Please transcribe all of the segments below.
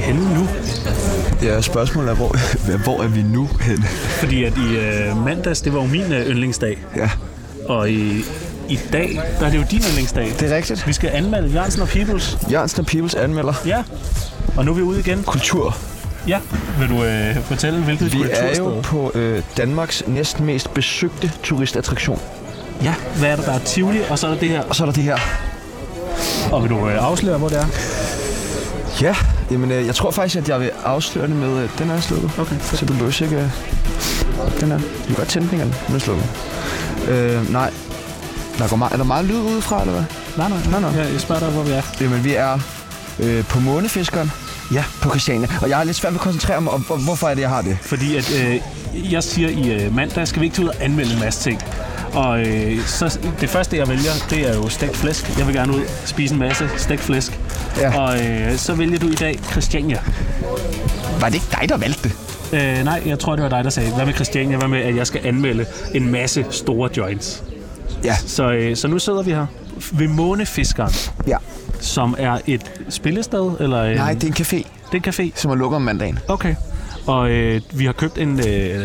henne nu? Ja, spørgsmålet er, hvor er vi nu henne? Fordi at i mandags, det var jo min yndlingsdag. Ja. Og i dag, der er det jo din yndlingsdag. Det er rigtigt. Vi skal anmelde Jørgensen og Peoples. Jørgensen og Peoples anmelder. Ja. Og nu er vi ude igen. Kultur. Ja. Vil du fortælle, hvilket kultursted? Vi er jo på Danmarks næsten mest besøgte turistattraktion. Ja. Hvad er der? Der er Tivoli, og så er der det her. Og så er der det her. Og vil du afsløre, hvor det er? Ja, jamen jeg tror faktisk, at jeg vil afsløre det med den her slukket. Okay. Så du behøver ikke den her. Du kan godt tænde den er slukket. Nej. Er der meget lyd udefra, eller hvad? Nej. Ja, jeg spørger dig, hvor vi er. Jamen, vi er på Månefiskeren. Ja, på Christiania. Og jeg er lidt svært ved at koncentrere mig om, hvorfor er det, jeg har det. Fordi at jeg siger i mandag, skal vi ikke tage ud og anmelde en masse ting. Og så det første, jeg vælger, det er jo stegt flæsk. Jeg vil gerne ud og spise en masse stegt flæsk. Ja. Og så vælger du i dag Christiania. Var det ikke dig, der valgte det? Nej, jeg tror, det var dig, der sagde, hvad med Christiania? Hvad med, at jeg skal anmelde en masse store joints? Ja. Så nu sidder vi her ved Månefiskeren. Ja. Som er et spillested? Eller nej, det er en café. Det er en café? Som er lukket om mandagen. Okay. Og vi har købt en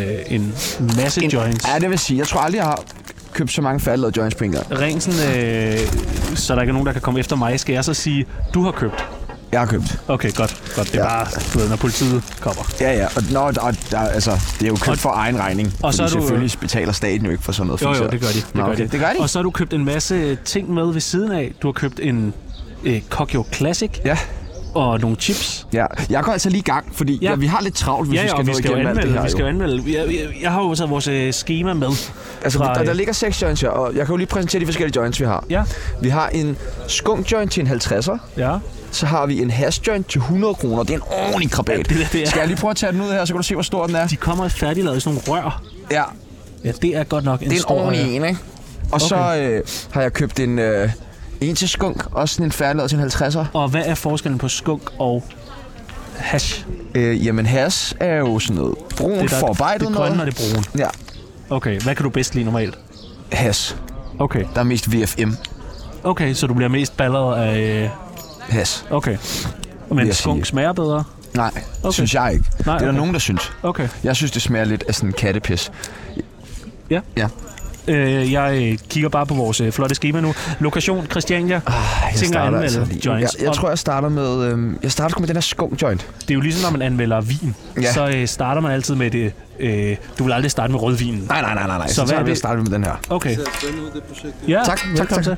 masse joints. Ja, det vil sige. Jeg tror aldrig, jeg har købt så mange færdiglavede joints på en gang. Rent sådan, så der ikke er nogen, der kan komme efter mig, skal jeg så sige, du har købt? Jeg har købt. Okay, godt. Det er bare, du ved, når politiet kommer. Ja. Og det er jo købt for egen regning. Og så selvfølgelig betaler staten jo ikke for sådan noget. Jo, det gør de. Det gør de. Og så har du købt en masse ting med ved siden af. Du har købt en Kokyo Classic. Ja. Og nogle chips. Ja, jeg går altså lige i gang, fordi vi har lidt travlt, hvis vi skal nå igennem alt det her. Vi skal jo anmelde. Jeg har jo taget vores schema med. Altså, der ligger 6 joints her, og jeg kan jo lige præsentere de forskellige joints, vi har. Ja. Vi har en skunk joint til en 50'er. Ja. Så har vi en hash joint til 100 kroner. Det er en ordentlig krabat. Ja, skal jeg lige prøve at tage den ud her, så kan du se, hvor stor den er? De kommer færdiglavet i sådan nogle rør. Ja. Ja, det er godt nok en stor. Det er en ordentlig en, ikke? Og så har jeg købt en til skunk, også sådan en færdiglavet til en 50'er. Og hvad er forskellen på skunk og hash? Jamen hash er jo sådan noget brun forarbejdet noget. Det grønne og det brune? Ja. Okay, hvad kan du bedst lide normalt? Hash. Okay. Der er mest VFM. Okay, så du bliver mest balleret af... hash. Okay. Men skunk smager bedre? Nej, synes jeg ikke. Nej, det er der nogen, der synes. Okay. Jeg synes, det smager lidt af sådan en kattepis. Ja. Ja. Jeg kigger bare på vores flotte schema nu. Lokation, Christiania. Jeg tror, jeg starter med... jeg starter med den her skunk joint. Det er jo ligesom, når man anmelder vin. Ja. Så starter man altid med det... du vil aldrig starte med rødvinen. Nej. Så hvad er det? Jeg starter med den her. Okay. Ja, tak. Til.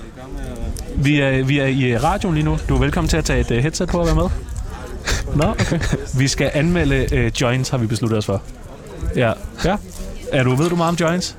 Vi er i radioen lige nu. Du er velkommen til at tage et headset på og være med. Nå, okay. Vi skal anmelde joints, har vi besluttet os for. Ja. Ved du meget om joints?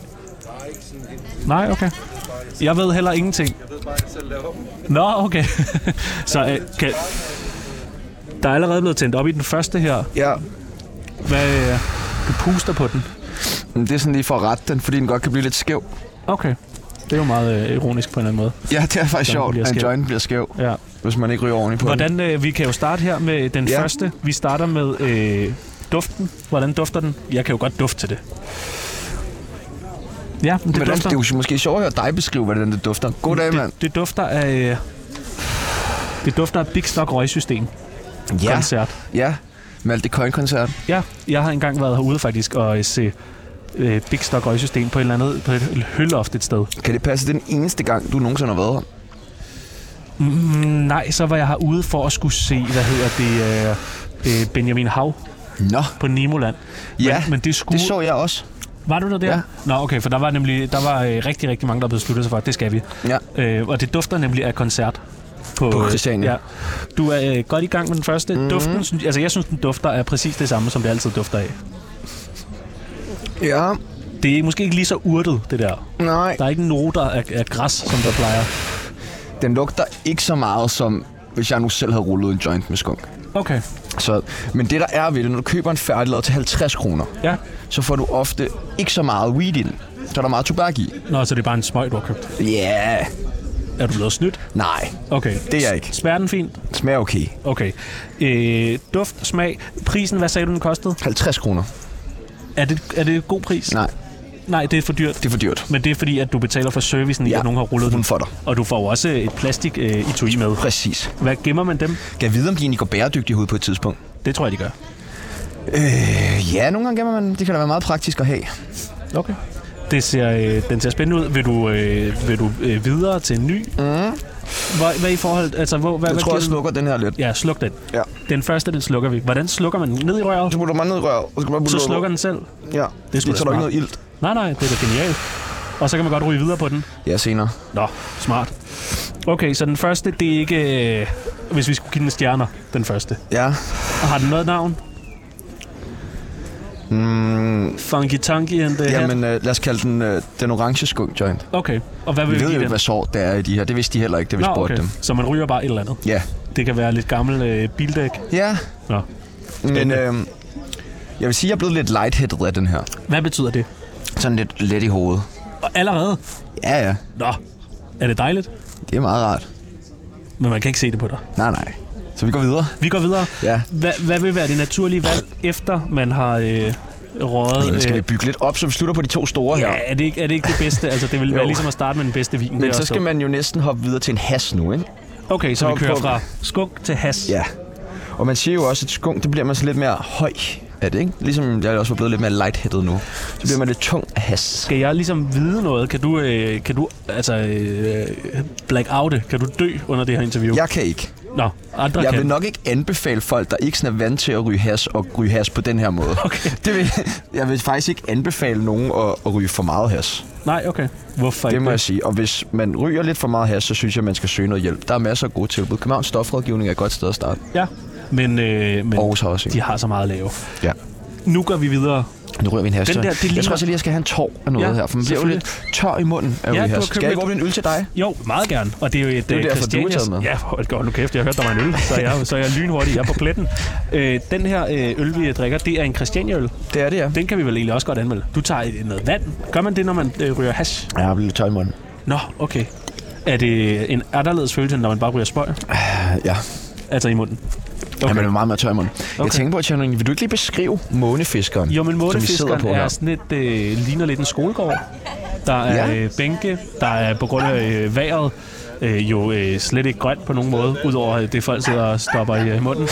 Nej, okay. Jeg ved heller ingenting. Jeg ved bare, at jeg selv laver dem. Nå, okay. Så der er allerede blevet tændt op i den første her. Ja. Hvad du puster på den? Det er sådan lige for at rette den, fordi den godt kan blive lidt skæv. Okay. Det er jo meget ironisk på en eller anden måde. Ja, det er faktisk sjovt, at en joint bliver skæv, hvis man ikke ryger ordentligt på den. Vi kan jo starte her med den første. Vi starter med duften. Hvordan dufter den? Jeg kan jo godt dufte til det. Ja, men det dufter. Det er jo måske sjovt at høre dig beskrive, hvordan det dufter. Goddag, mand. Det dufter af... Det dufter af Big Stock Røgsystem. Ja. Koncert. Ja, Malte Coyne-koncert. Ja, jeg har engang været herude faktisk og se Big Stock Røgsystem på et hølloft et sted. Kan det passe, det er den eneste gang, du nogensinde har været her? Nej, så var jeg herude for at skulle se, Benjamin Hav. Nå. På Nemoland. Ja, men det så jeg også. Var du der? Ja. Nå, okay, for der var rigtig, rigtig mange, der blev besluttet sig for, at det skal vi. Ja. Og det dufter nemlig af koncert. På Christiania. Ja. Du er godt i gang med den første. Duften, jeg synes, den dufter af præcis det samme, som det altid dufter af. Ja. Det er måske ikke lige så urtet, det der. Nej. Der er ikke noter af græs, som der plejer. Den lugter ikke så meget, som hvis jeg nu selv havde rullet en joint med skunk. Okay. Men det, der er ved det, når du køber en færdiglavet til 50 kroner, så får du ofte ikke så meget weed i den. Så er der meget tobak i. Nå, så det er bare en smøg, du har købt? Ja. Yeah. Er du blevet snydt? Nej. Okay. Det er jeg ikke. Smager den fint? Smager okay. Okay. Duft, smag. Prisen, hvad sagde du, den kostede? 50 kroner. Er det god pris? Nej. Nej, det er for dyrt. Det er for dyrt. Men det er fordi, at du betaler for servicen i, at nogen har rullet den for dig. Og du får også et plastik etui med. Præcis. Hvad gemmer man dem? Kan jeg vide, om de egentlig går bæredygtige ud på et tidspunkt? Det tror jeg, de gør. Ja, nogle gange gemmer man. Det kan da være meget praktisk at have. Okay. Den ser spændende ud. Vil du videre til en ny? Hvad i forhold... Altså, jeg tror, jeg slukker den her lidt. Ja, sluk den. Ja. Den første, den slukker vi. Hvordan slukker man den? Ned i røret? Så putter man ned i røret. Så slukker den selv? Ja. Det tager ikke noget ilt. Nej, det er da genialt. Og så kan man godt ryge videre på den? Ja, senere. Nå, smart. Okay, så den første, det er ikke... hvis vi skulle give den stjerner, den første. Ja. Og har den noget navn? Funky Tonky and the Jamen, lad os kalde den orange skunk joint. Okay, og hvad vil vi ved give jo den? ikke, hvad sort det er i de her. Det vidste de heller ikke, det vi spurgte dem. Så man ryger bare et eller andet? Ja. Det kan være lidt gammel bildæk? Ja. Nå. Men jeg vil sige, at jeg er blevet lidt lightheaded af den her. Hvad betyder det? Sådan lidt let i hovedet. Og allerede? Ja. Nå, er det dejligt? Det er meget rart. Men man kan ikke se det på dig? Nej. Så vi går videre? Vi går videre? Ja. Hvad vil være det naturlige valg, efter man har røget? Jamen, skal vi bygge lidt op, så vi slutter på de to store her? Ja, er det ikke det bedste? Altså, det vil være ligesom at starte med den bedste vin. Men så skal man jo næsten hoppe videre til en hash nu, ikke? Okay, så vi kører fra skunk til hash. Ja. Og man siger jo også, at skunk, det bliver man så lidt mere høj af det, ikke? Ligesom jeg også var blevet lidt mere lightheaded nu. Så bliver man lidt tung af hash. Skal jeg ligesom vide noget? Kan du black oute? Kan du dø under det her interview? Jeg kan ikke. Nå, andre jeg vil nok ikke anbefale folk, der ikke sådan er vant til at ryge hash på den her måde. Okay. Jeg vil faktisk ikke anbefale nogen at ryge for meget hash. Nej, okay. Hvorfor ikke? Det må jeg sige. Og hvis man ryger lidt for meget hash, så synes jeg, man skal søge noget hjælp. Der er masser af gode tilbud. Københavns Stofrådgivning er et godt sted at starte. Ja, men Aarhus har også, de har så meget at lave. Ja. Nu går vi videre. Nu rører vi en hash. Jeg tror også, at jeg skal have en tår af noget her, for man bliver jo lidt tør i munden af ryge hash. Skal jeg ikke åbne en øl til dig? Jo, meget gerne. Og det er jo et Christianias. Ja, hold nu kæft, jeg har hørt, der var en øl, så jeg er lynhurtig. Jeg er på pletten. Den her øl, vi drikker, det er en Christiania-øl. Det er det, ja. Den kan vi vel egentlig også godt anmelde. Du tager noget vand. Gør man det, når man ryger hash? Ja, jeg bliver lidt tør i munden. Nå, okay. Er det en anderledes følelse, når man bare ryger spøg? Ja. Altså i munden? Okay. Jamen, det er meget mere tør i munden. Okay. Jeg tænker på, Tjerno, vil du ikke lige beskrive månefiskeren? Jo, men månefiskeren er sådan et, ligner lidt en skolegård. Der er bænke, der er på grund af vejret slet ikke grønt på nogen måde, udover det folk sidder og stopper i munden.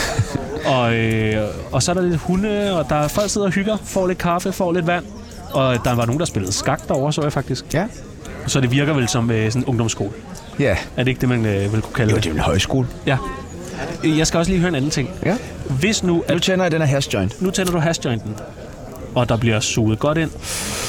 Og så er der lidt hunde, og der er folk sidder og hygger, får lidt kaffe, får lidt vand. Og der var nogen, der spillede skak derovre, så jeg faktisk. Ja. Så det virker vel som sådan en ungdomsskole. Ja. Er det ikke det, man vil kunne kalde det? Jo, det er en højskole. Ja. Jeg skal også lige høre en anden ting. Ja. Hvis nu tænder jeg den her hash joint. Nu tænder du hash jointen, og der bliver suget godt ind.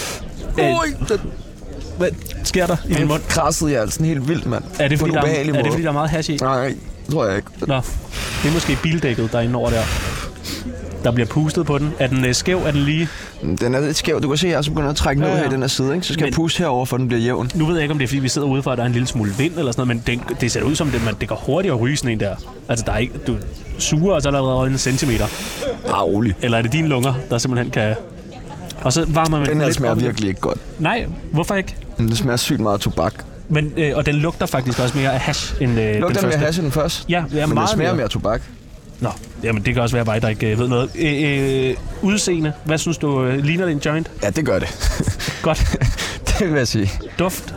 Hvad sker der i din mund? Krassede jeg altså helt vildt, mand. Er det fordi, der er meget hash i? Nej, tror jeg ikke. Nå, det er måske bildækket, der er inde over der. Der bliver pustet på den. Er den skæv? Er den lige? Den er lidt skæv. Du kan se, at jeg så begynder at trække ned her i den her side, ikke? Så skal jeg puste herover, for den bliver jævn. Nu ved jeg ikke, om det er, fordi vi sidder ude for, at der er en lille smule vind eller sådan noget, men det ser ud som, det går hurtigt at ryge sådan en der. Altså, der er ikke, du suger, og så er der allerede en centimeter. Rolig. Eller er det dine lunger, der simpelthen kan... Og så varmer man den her smager virkelig ikke godt. Nej, hvorfor ikke? Den smager sygt meget tobak. Men, og den lugter faktisk også mere af hash end den første. Lugter mere hash end den første? Ja, men meget den smager mere tobak. Nå, jamen det kan også være mig, der ikke ved noget. Udseende, hvad synes du, ligner det en joint? Ja, det gør det. Godt. Det vil jeg sige. Duft?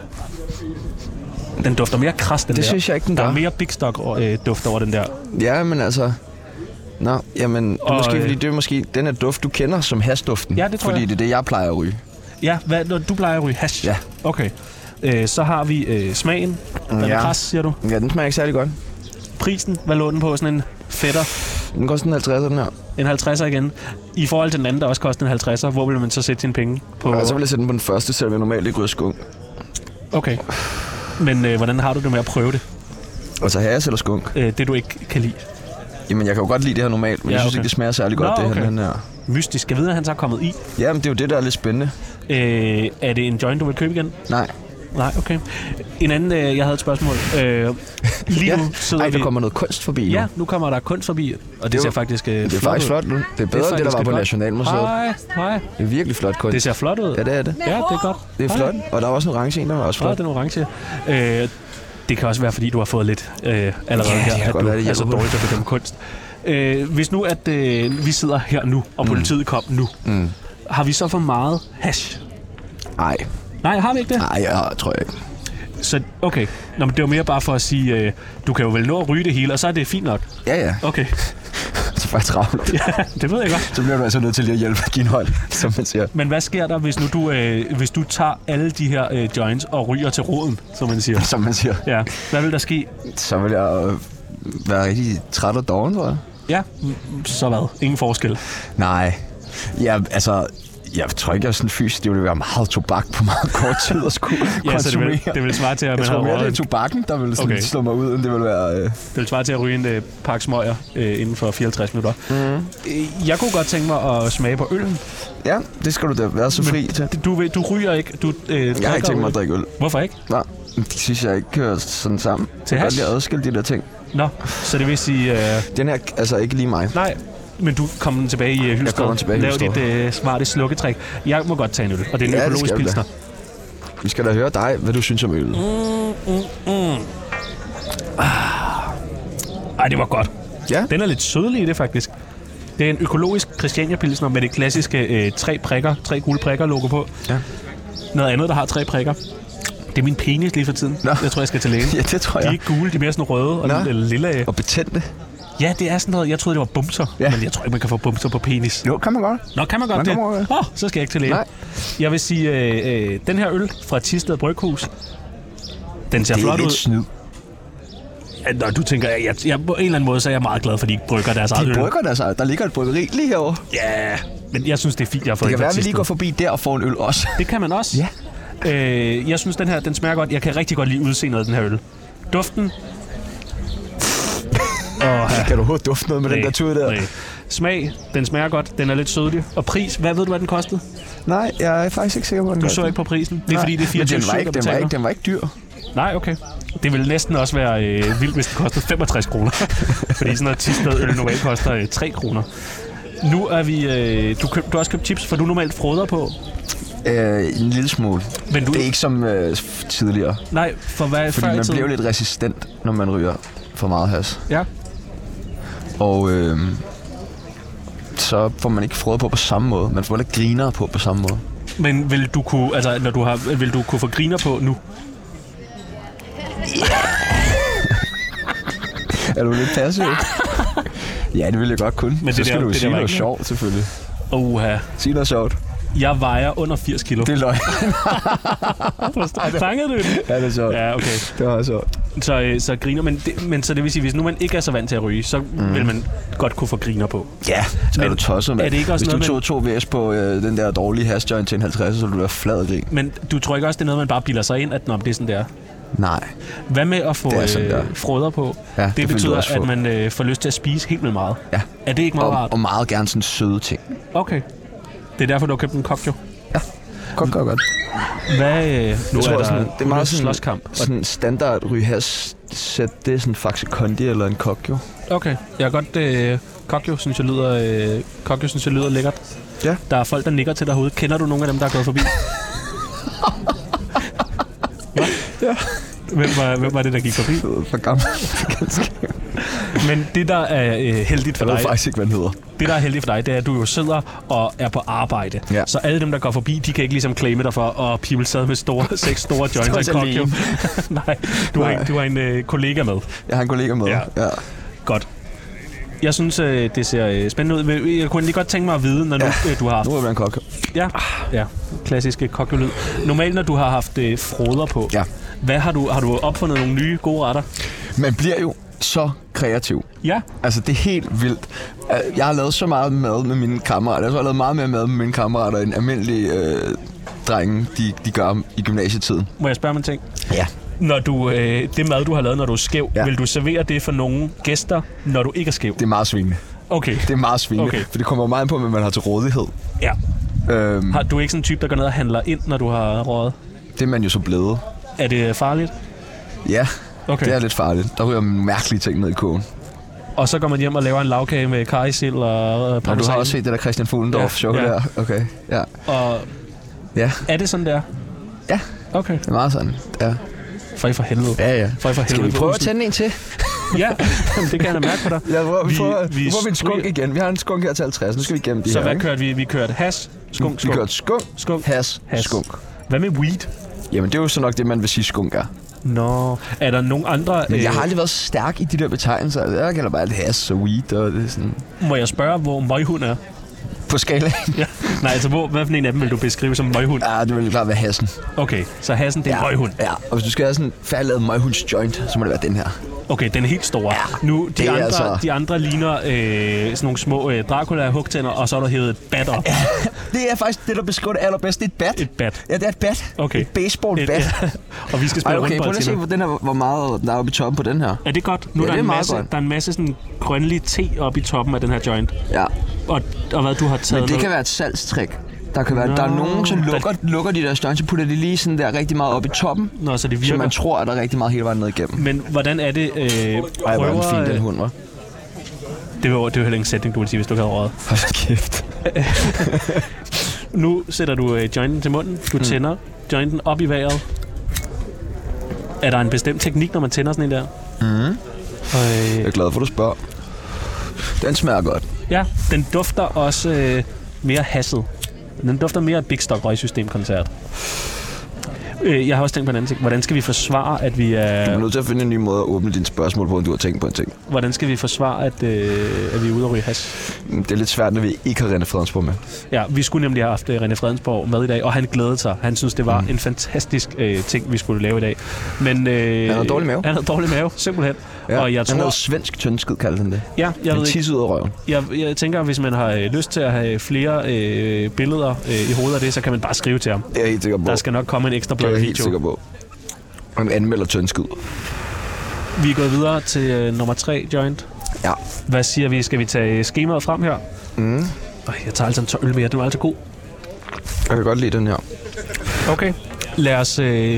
Den dufter mere kras, den det der. Synes jeg ikke, den gør. Der er mere Big Stock duft over den der. Ja, men altså... Nå, jamen, det er måske, fordi det er måske den her duft, du kender som hashduften. Ja, det tror fordi det er det, jeg plejer at ryge. Ja, du plejer at ryge hash? Ja. Okay. Så har vi smagen. Den er kras, siger du? Ja, den smager ikke særlig godt. Prisen, hvad lå den på? Sådan en fætter? Den koster en 50'er, den her. En 50'er igen. I forhold til den anden, der også koster en 50'er, hvor vil man så sætte sine penge på? Ja, så vil jeg sætte den på den første, så jeg normalt ikke ryge skunk. Okay. Men hvordan har du det med at prøve det? Altså hash eller skunk? Det du ikke kan lide? Jamen, jeg kan jo godt lide det her normalt, men jeg synes ikke, det smager særlig godt, det her. Den her. Mystisk. Jeg ved, at han så er kommet i. Ja, men det er jo det, der er lidt spændende. Er det en joint, du vil købe igen? Nej. Nej, okay. En anden, jeg havde et spørgsmål. Lige nu sidder der kommer noget kunst forbi nu. Ja, nu kommer der kunst forbi, og det ser faktisk flot ud. Det er faktisk flot nu. Det er bedre end det, der var på Nationalmuseet. Hej. Det er virkelig flot kunst. Det ser flot ud. Ja, det er det. Ja, det er godt. Det er flot. Og der er også en orange en, der var også flot. Ja, den orange. Det kan også være, fordi du har fået lidt allerede her, at du er så dårlig til at bedømme kunst. Hvis nu, at vi sidder her nu, og politiet kom nu, har vi så for meget hash? Nej. Nej, har vi ikke det? Nej, jeg tror jeg ikke. Så, okay. Nå, men det var mere bare for at sige, du kan jo vel nå at ryge det hele, og så er det fint nok. Ja. Okay. Så får jeg travlt. Ja, det ved jeg godt. Så bliver du altså nødt til lige at hjælpe at give en hånd, som man siger. Men hvad sker der, hvis du tager alle de her joints og ryger til roden, som man siger? Som man siger. Ja. Hvad vil der ske? Så vil jeg være rigtig træt og doven, tror jeg. Ja, så hvad? Ingen forskel. Nej. Ja, altså... Jeg tror ikke, jeg er sådan fysisk. Det ville være meget tobak på meget kort tid at skulle konsumere. Det vil svare til, at jeg tror mere, det er tobakken, der vil sådan slå mig ud, end det vil være... Det vil svare til at ryge en pakke smøger inden for 54 minutter. Mm. Jeg kunne godt tænke mig at smage på øllen. Ja, det skal du da være så fri til. Du ryger ikke? Jeg har ikke tænkt mig at drikke øl. Hvorfor ikke? Nej, det synes jeg ikke kører sådan sammen. Til hash? Jeg kan godt adskille de der ting. Nå, så det vil sige... Den her, altså ikke lige mig. Nej. Men du kommer tilbage i Hylsted. Jeg kommer tilbage i Hylsted. Lav dit smarte slukketræk. Jeg må godt tage en øl, og det er en økologisk pilsner. Vi skal da høre dig, hvad du synes om øl. Ej, det var godt. Ja. Den er lidt sødlig i det, faktisk. Det er en økologisk Christiania pilsner med det klassiske 3 gule prikker logo på. Ja. Noget andet, der har 3 prikker. Det er min penis lige for tiden. Nå. Jeg tror, jeg skal til lægen. Ja, det tror jeg. De er ikke gule, de er mere sådan røde og lille. Og betændte. Ja, det er sådan noget. Jeg troede, det var bumser, men jeg tror ikke, man kan få bumser på penis. Jo, kan man godt. Nå, kan man godt det? Så skal jeg ikke til læge. Nej. Jeg vil sige, den her øl fra Thisted Bryghus, den ser flot ud. Det er lidt snyd. Nå, du tænker, jeg på en eller anden måde, så er jeg meget glad, fordi de brygger deres eget øl. De brygger deres eget. Der ligger et bryggeri lige herovre. Ja, men jeg synes, det er fint, jeg har fået det kan være, at vi lige går forbi der og får en øl også. Det kan man også. Ja. Jeg synes, den her, den smager godt. Jeg kan rigtig godt lide udseendet af den her øl. Duften. Kan du overhovedet dufte noget med den der tur der? Nej. Smag, den smager godt. Den er lidt sødlig. Og pris, hvad ved du, hvad den kostede? Nej, jeg er faktisk ikke sikker på, den Du så ikke på prisen? Det er fordi, det er 24 den var ikke dyr. Nej, okay. Det ville næsten også være vildt, hvis det kostede 65 kroner. Fordi sådan noget Thisted øl normalt koster 3 kroner. Nu er vi... Du har også købt chips, for du normalt froder på. En lille smule. Men det er ikke som tidligere. Nej, for hvad fordi man bliver lidt resistent, når man ryger for meget hash. Ja. Og så får man ikke frode på samme måde. Man får ikke griner på samme måde. Men vil du kunne, altså vil du kunne få griner på nu? Er du lidt passiv? Ja, det vil jeg godt kunne. Men så skal du jo sige noget sjovt, selvfølgelig. Sig noget sjovt. Jeg vejer under 80 kilo. Det er løgn. Fangede du det? Ja, det er sjovt. Ja, okay. Det var sjovt. Så griner, men så det vil sige, hvis nu man ikke er så vant til at ryge, så vil man godt kunne få griner på. Ja, så er du tosset med. Er det ikke også hvis du tog 2 VS på den der dårlige hash joint til en 50, så ville du være flad og grin. Men du tror ikke også, det er noget, man bare bilder sig ind, at det er sådan der? Nej. Hvad med at få froder på? Ja, det betyder, at man får lyst til at spise helt vildt meget. Ja. Er det ikke meget rart? Og meget gerne sådan søde ting. Okay. Det er derfor, du har købt en kokjo? Ja, kokjo godt. Hvad? Nu jeg tror, er der sådan, det er meget sådan slåskamp. Sådan standard ryhash-sæt, det er sådan Faxe Kondi eller en kokjo. Okay, jeg har godt... kokjo synes jeg lyder lækkert. Ja. Der er folk, der nikker til dig herude. Kender du nogle af dem, der er gået forbi? Ja. Hvem var det, der gik forbi? For gammel. Men det, der er heldigt for dig... Jeg ved faktisk ikke, hvad den hedder. Det, der er heldigt for dig, det er, at du jo sidder og er på arbejde. Ja. Så alle dem, der går forbi, de kan ikke ligesom claime dig for at people sad med 6 store joints og kokjo. Nej, du har en kollega med. Jeg har en kollega med, ja. Godt. Jeg synes, det ser spændende ud. Jeg kunne lige godt tænke mig at vide, når du har haft... Nu er det en kokjo. Ja, klassiske kokjo-lyd. Normalt, når du har haft froder på, hvad har du opfundet nogle nye gode retter? Man bliver jo så kreativ. Ja. Altså, det er helt vildt. Jeg har lavet så meget mad med mine kammerater. Jeg har lavet meget mere mad med mine kammerater, end almindelige drenge, de gør i gymnasietiden. Må jeg spørge mig en ting? Ja. Når du, det mad, du har lavet, når du er skæv, vil du servere det for nogle gæster, når du ikke er skæv? Det er meget svingende. Okay. Det er meget svingende, for det kommer meget på, hvad man har til rådighed. Ja. Har du ikke sådan en type, der går ned og handler ind, når du har røget? Det er man jo så blevet. Er det farligt? Ja, det er lidt farligt. Der ryger mærkelige ting ned i kogen. Og så går man hjem og laver en lavkage med karrysild og parmesan. Du har også set det der Christian Fuglendorf-show der? Okay, ja. Og er det sådan der? Ja. Okay. Det er meget sådan, ja. For helvede. Ja. Skal vi prøve at tænde en til? Ja, det kan jeg mærke på dig. Ja, vi får en skunk igen. Vi har en skunk her til 50. Nu skal vi igennem de så her. Så hvad kørte vi? Vi kørte hash, skunk. Vi kørte skunk, hash, skunk. Hvad med weed? Jamen, det er jo så nok det, man vil sige skunk er. Nå, er der nogen andre... Men jeg har aldrig været så stærk i de der betegnelser. Jeg kalder bare alt hash og weed, og det er sådan... Må jeg spørge, hvor møghund er? På skalaen? Ja. Nej, altså hvad for en af dem vil du beskrive som møghund? Ja, det vil klart være hassen. Okay, så hassen, det er møghund. Ja, og hvis du skal have sådan en færdiglavet møghundsjoint, så må det være den her. Okay, den er helt store. Ja, nu, de andre ligner sådan nogle små Dracula-hugtænder, og så er der hævet et bat op. Ja, det er faktisk det, der beskriver det allerbedst. Det er et bat. Et bat? Ja, det er et bat. Okay. Et baseball-bat. Ja. Og vi skal spille rundt på prøv lige at se, hvor meget der er oppe i toppen på den her. Er det godt? Nu ja, der er en masse sådan grønlig te oppe i toppen af den her joint. Ja. Og hvad du har taget... Men det kan være et salgstrik. Der kan være, der er nogen, som lukker de der joints, så putter de lige sådan der rigtig meget op i toppen. Nå, så det virker. Så man tror, at der er rigtig meget hele vejen ned igennem. Men hvordan er det... Ej, hvor er den fin, den hund, hva'? Det var jo heller ingen sætning, du ville sige, hvis du ikke havde røget. Hold kæft. Nu sætter du jointen til munden. Du tænder jointen op i vejret. Er der en bestemt teknik, når man tænder sådan en der? Jeg er glad for, at du spørger. Den smager godt. Ja, den dufter også mere hasset. Den dufter mere af Big Stock Røgsystem-koncert. Jeg har også tænkt på en anden ting. Hvordan skal vi forsvare, at vi er... Du er nødt til at finde en ny måde at åbne dine spørgsmål på, end du har tænkt på en ting. Hvordan skal vi forsvare, at vi er ude at ryge hash? Det er lidt svært, når vi ikke har René Fredensborg med. Ja, vi skulle nemlig have haft René Fredensborg med i dag, og han glædede sig. Han synes, det var en fantastisk ting, vi skulle lave i dag. Men, han havde dårlig mave. Han havde dårlig mave, simpelthen. Ja, og jeg han havde svensk tyndskid, kaldte han det. Ja, jeg ved ikke. Ud af røven. Jeg tænker, hvis man har lyst til at have flere billeder i hovedet af det, så kan man bare skrive til ham. Jeg er helt sikker på. Der skal nok komme en ekstra blad video. Jeg er helt sikker på. Han anmelder tyndskid. Vi er gået videre til nummer 3 joint. Ja. Hvad siger vi? Skal vi tage skemaet frem her? Jeg tager altså en tør øl mere. Den var altid god. Jeg kan godt lide den her. Okay. Lad os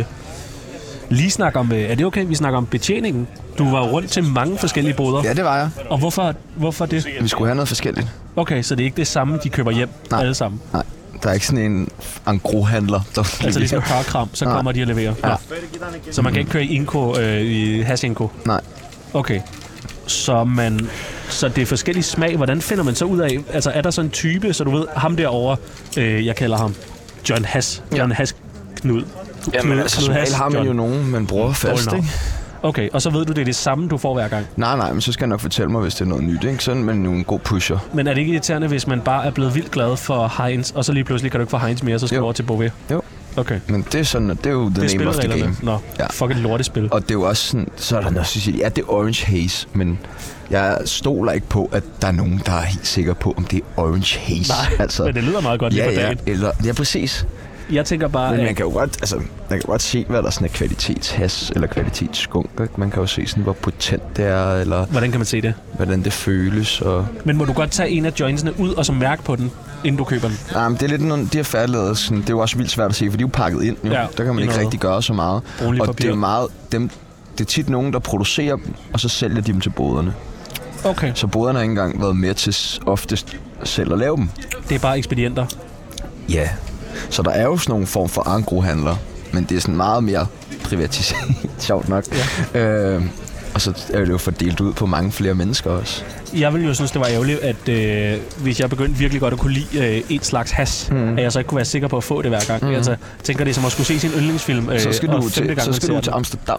lige snakke om... Er det okay, vi snakker om betjeningen? Du var rundt til mange forskellige boder. Ja, det var jeg. Og hvorfor det? Vi skulle have noget forskelligt. Okay, så det er ikke det samme, de køber hjem alle sammen? Nej. Der er ikke sådan en engrohandler, der altså ligesom Hørkram, så kommer de og leverer? Ja. Så man kan ikke køre i Inko, i hash-Inko? Nej. Okay. Så det er forskellige smag. Hvordan finder man så ud af... Altså, er der sådan en type, så du ved, ham derovre, jeg kalder ham John Hash. John Hash Knud. Jamen, altså, som regel har man jo nogen, man bruger fast, ikke? Okay, og så ved du, det er det samme, du får hver gang? Nej, men så skal jeg nok fortælle mig, hvis det er noget nyt, ikke? Sådan, men en god pusher. Men er det ikke irriterende, hvis man bare er blevet vildt glad for Heinz, og så lige pludselig kan du ikke få Heinz mere, så skal du over til Beauvais? Jo. Okay. Men det er sådan, det er jo the name of the game. Nå, fuck et lortespil. Og det er jo også sådan, så er der noget, så siger, ja, det er Orange Haze, men jeg stoler ikke på, at der er nogen, der er helt sikker på, om det er Orange Haze. Nej, altså, men det lyder meget godt lige på dagen. Ja, præcis. Jeg tænker bare... Men man kan jo godt se, hvad der sådan er kvalitetshash eller kvalitetsskunk. Ikke? Man kan jo se sådan, hvor potent det er, eller... Hvordan kan man se det? Hvordan det føles, og... Men må du godt tage en af jointsene ud og så mærke på den, inden du køber den? Nej, men det er lidt nogle... De her færdiglavet, sådan, det er jo også vildt svært at se, for de er jo pakket ind. Jo. Ja, der kan man ikke rigtig gøre så meget. Og det er jo meget... Det er tit nogen, der producerer dem, og så sælger de dem til boderne. Okay. Så boderne har ikke engang været med til oftest selv at lave dem. Det er bare ekspedienter? Ja. Så der er jo sådan nogle form for engrohandler, men det er sådan meget mere privatiseret, sjovt nok. Ja. Og så er det jo fordelt ud på mange flere mennesker også. Jeg ville jo synes, det var ærgerligt, at hvis jeg begyndte virkelig godt at kunne lide en slags hash, at jeg så ikke kunne være sikker på at få det hver gang. Altså, tænker det som at skulle se sin yndlingsfilm så skal du til Amsterdam.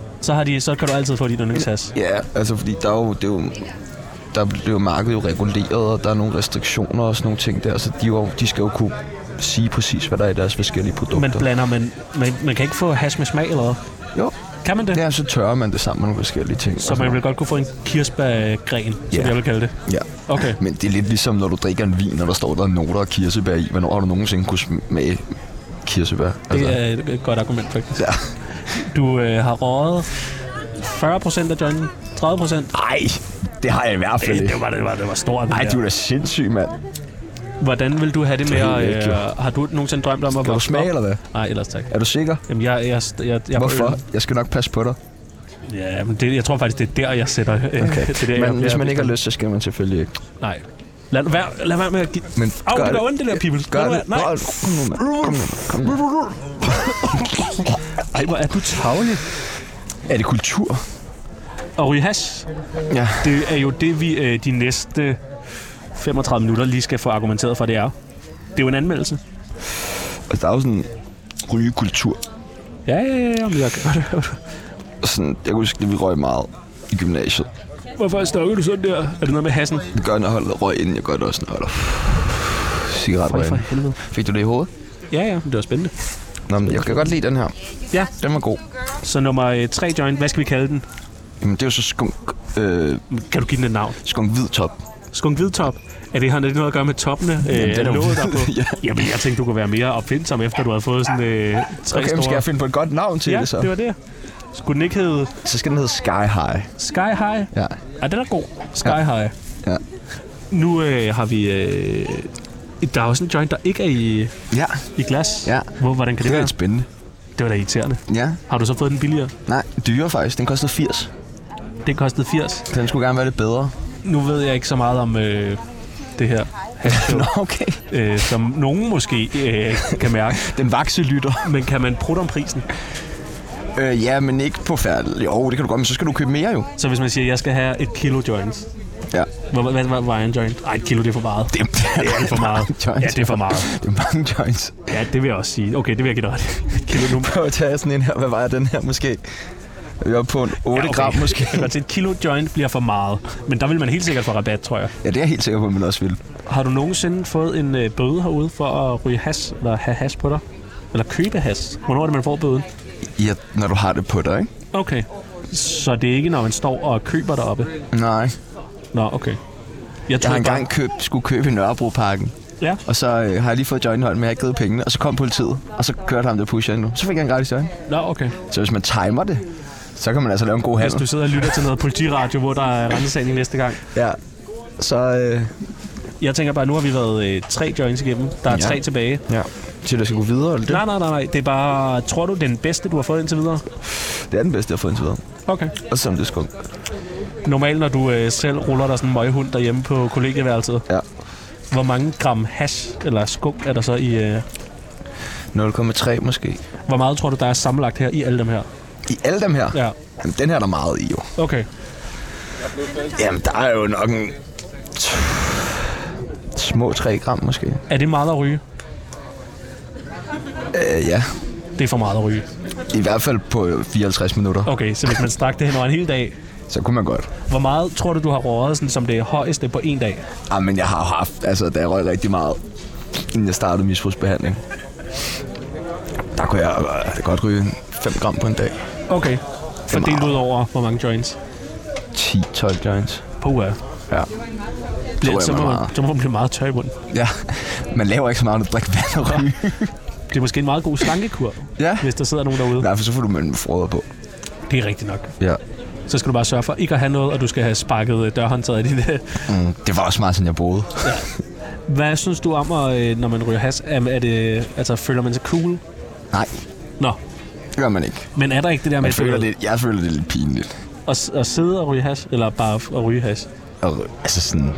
Så kan du altid få dit yndlingshash. Ja, altså fordi der er jo markedet jo reguleret, og der er nogle restriktioner og sådan nogle ting der, så de skal jo kunne sige præcis, hvad der er i deres forskellige produkter. Men blander man kan ikke få hash med smag eller hvad? Jo. Kan man det? Ja, så tørrer man det sammen med nogle forskellige ting. Så man vil godt kunne få en kirsebærgren, som jeg vil kalde det? Ja. Okay. Men det er lidt ligesom, når du drikker en vin, og der står der noter af kirsebær i. Hvornår har du nogensinde kunne smage kirsebær? Altså. Det er et godt argument, faktisk. Ja. Du har røget 40% af jointen? 30%? Nej, det har jeg i hvert fald ikke. Det var stort. Nej, du er da sindssyg, mand. Hvordan vil du have det med har du nogensinde drømt om at vokse op? Skal du smage, eller hvad? Nej, ellers tak. Er du sikker? Jamen, jeg hvorfor? Jeg skal nok passe på dig. Ja, men jeg tror faktisk, det er der, jeg sætter... Okay. Men hvis man ikke har lyst, så skal man selvfølgelig ikke. Nej. Lad være med at give... Men det gør ondt, det der, people. Gør det. Nej. Kom nu. Ej, hvor er du tavlig. Er det kultur? Og ryge hash? Ja. Det er jo det, vi de næste 35 minutter lige skal få argumenteret for, det er. Det er jo en anmeldelse. Altså, der er jo sådan rygekultur. Ja, men jeg kan godt høre det. Sådan, jeg kunne huske, at vi røg meget i gymnasiet. Hvorfor snakker du sådan der? Er det noget med hassen? Det gør, når jeg holder røg inden. Jeg gør det også, når jeg holder cigaretrøg. For helvede. Fik du det i hovedet? Ja, det var spændende. Nå, men jeg kan godt lide den her. Ja. Den var god. Så nummer 3 joint, hvad skal vi kalde den? Jamen, det er jo så skunk... Kan du give den et navn? Skunk hvid top. Skunk hvid top? Er det noget at gøre med toppene? Jamen, det er låget der på? Ja. Jamen, jeg tænkte, du kunne være mere opfindsom, efter du havde fået sådan 3 store... Okay, skal jeg finde på et godt navn til ja, det så? det var det. Skulle den ikke hedde... Så skal den hedde Sky High. Sky High? Ja. Den er god. Sky High. Ja. Nu har vi... der er også en joint, der ikke er i glas. Ja. Hvordan kan det være? Det er lidt spændende. Det var da irriterende. Ja. Har du så fået den billigere? Nej, dyre faktisk. Den kostede 80. Den kostede 80. Den skulle gerne være lidt bedre. Nu ved jeg ikke så meget om det her. Nå, okay. Som nogen måske kan mærke. Den vakselytter. Men kan man prutte om prisen? Ja, men ikke på færdig. Jo, det kan du godt, men så skal du købe mere jo. Så hvis man siger, at jeg skal have 1 kilo joints. Ja. Hvad vejer en joint? Ej, 1 kilo, det er for meget. Det er for meget. Ja, det er for meget. Det er mange joints. Ja, det vil jeg også sige. Okay, det vil jeg give dig ret. 1 kilo nu. Prøv at tage sådan en her. Hvad vejer den her måske? Vi er oppe på en 8 gram måske. Jeg kan 1 kilo joint bliver for meget. Men der vil man helt sikkert få rabat, tror jeg. Ja, det er jeg helt sikker på, at man også vil. Har du nogensinde fået en bøde herude for at ryge hash, eller have hash på dig? Eller købe hash? Hvornår er det, man får bøden? Ja, når du har det på dig, ikke? Okay. Så det er ikke, når man står og køber deroppe? Nej. Nå, okay. Jeg har engang skulle købe i Nørrebroparken. Ja. Og så har jeg lige fået joinhold, men jeg har ikke givet pengene. Og så kom politiet, og så kørte ham der pusher nu. Så fik jeg en gratis joint. Nå, okay. Så hvis man timer det, så kan man altså lave en god handel. Hvis du sidder og lytter til noget politiradio, hvor der er rentesagning næste gang. Ja. Så... Jeg tænker bare, nu har vi været 3 joints igennem. Der er 3 tilbage. Ja. Så der skal gå videre, eller det? Nej. Det er bare... Tror du, det er den bedste, du har fået indtil videre? Det er den bedste, jeg har fået indtil videre. Okay. Og så det er skunk. Normalt, når du selv ruller der sådan en møghund derhjemme på kollegieværelset. Ja. Hvor mange gram hash eller skunk er der så i... 0,3 måske. Hvor meget tror du, der er sammenlagt her i alle dem her? I alle dem her? Ja. Jamen, den her er der meget i, jo. Okay. Jamen, der er jo nok en... små 3 gram måske. Er det meget at ryge? Ja. Det er for meget at ryge. I hvert fald på 54 minutter. Okay, så hvis man strak det hen over en hel dag... Så kunne man godt. Hvor meget tror du har røget sådan, som det højeste på en dag? Men jeg har haft... Altså, da jeg røg rigtig meget, inden jeg startede misbrugsbehandling. Der kunne jeg godt ryge 5 gram på en dag. Okay. Fordelt ud over, hvor mange joints? 10-12 joints. Puha. Ja. Så må man blive meget tør i munden. Ja, man laver ikke så meget at drikke vand og ryge. Det er måske en meget god slankekur, hvis der sidder nogen derude. Nej, for så får du mønten frøder på. Det er rigtigt nok. Ja. Så skal du bare sørge for ikke at have noget, og du skal have sparket dørhåndtaget i dit... Det var også meget, sådan jeg boede. Ja. Hvad synes du om, når man ryger hash? Er det, altså, føler man sig cool? Nej. Nå. Det gør man ikke. Men er der ikke det der med... Jeg føler det er lidt pinligt. At sidde og ryge hash, eller bare at ryge hash? Altså sådan...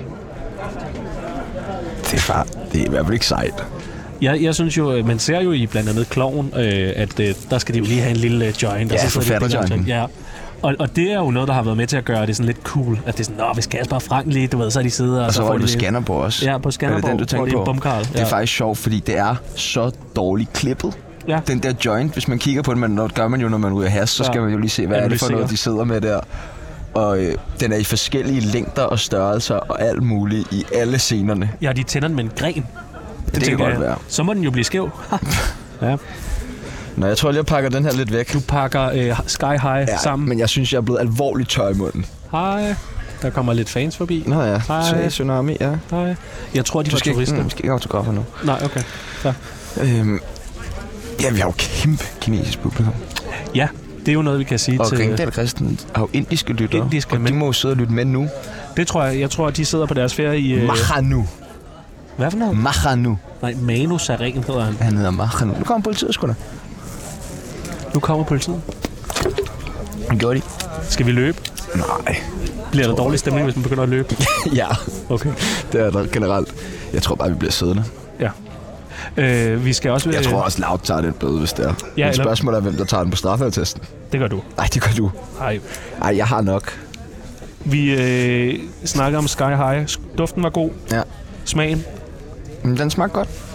Det er i hvert fald ikke sejt. Jeg synes jo, man ser jo i blandt andet Klovn, at der skal de jo lige have en lille joint. Ja, forfatterjointen. Ja. Og det er jo noget, der har været med til at gøre det sådan lidt cool. At det er sådan, hvis Kasper og Frank lige, du ved, så er de sidder... Og så var det på Skanderborg også. Ja, på Skanderborg, er det den, du tænker på? Ja. Det er faktisk sjovt, fordi det er så dårligt klippet. Ja. Den der joint, hvis man kigger på den, men gør man jo, når man er ude af hash, så skal man jo lige se, hvad er det for noget, de sidder med der. Og den er i forskellige længder og størrelser og alt muligt i alle scenerne. Ja, de tænder den med en gren. Det kan godt være. Så må den jo blive skæv. Ja. Nå, jeg tror lige, jeg pakker den her lidt væk. Du pakker Sky High sammen. Men jeg synes, jeg er blevet alvorligt tør i munden. Hej. Der kommer lidt fans forbi. Nå ja. Hej. Tsunami, ja. Hej. Jeg tror, de var turister. Vi skal ikke have autografer nu. Nej, okay. Så. Ja, vi har jo kæmpe kinesisk publikum. Ja, det er jo noget, vi kan sige til... Og Ringdal Christen har jo indiske lyttere. Og de må jo sidde og lytte med nu. Det tror jeg. Jeg tror, at de sidder på deres ferie i... Mahanu. Hvad for noget? Mahanu. Nej, Manu Saren hedder han. Han hedder Mahanu. Nu kommer politiet sgu da. Nu kommer politiet. Hvad gjorde de? Skal vi løbe? Nej. Bliver der dårlig stemning, hvis man begynder at løbe? Ja. Okay. Det er der generelt. Jeg tror bare, vi bliver siddende. Ja. Vi skal også... Jeg tror også, Laut tager den bøde, hvis det er. Ja, men spørgsmålet er, hvem der tager den på straffertesten. Det gør du. Nej, det gør du. Nej, jeg har nok. Vi snakker om Sky High. Duften var god. Ja. Smagen? Men den smagte godt.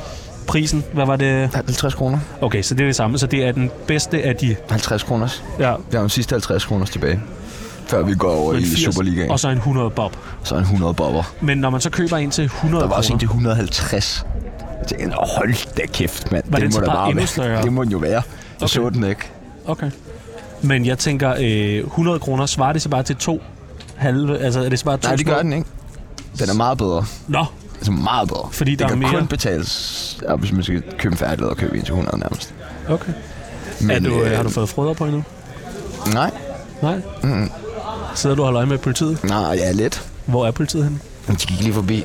Prisen, hvad var det? 50 kroner. Okay, så det er det samme. Så det er den bedste af de... 50 kroner. Ja. Vi har jo sidste 50 kroner tilbage, før vi går over i Superligaen. Og så en 100 bob. Så en 100 bobber. Men når man så køber en til 100 kroner... Der var også en til 150. Jeg tænkte, hold da kæft, mand. Var det må da bare være. Det må den jo være. Jeg så den ikke. Okay. Men jeg tænker, 100 kroner, svarer det så bare til 2 halve? Altså, er det så bare 2 Nej, det gør den ikke. Den er meget bedre. Nå. Altså meget bedre. Fordi der kan er mere... kun betales, hvis man skal købe færdigt og købe en til 100 nærmest. Okay. Men, har du fået frøder på endnu? Nej. Nej? Mm-hmm. Sidder du og holder øje med politiet? Nej, ja, lidt. Hvor er politiet henne? De gik lige forbi.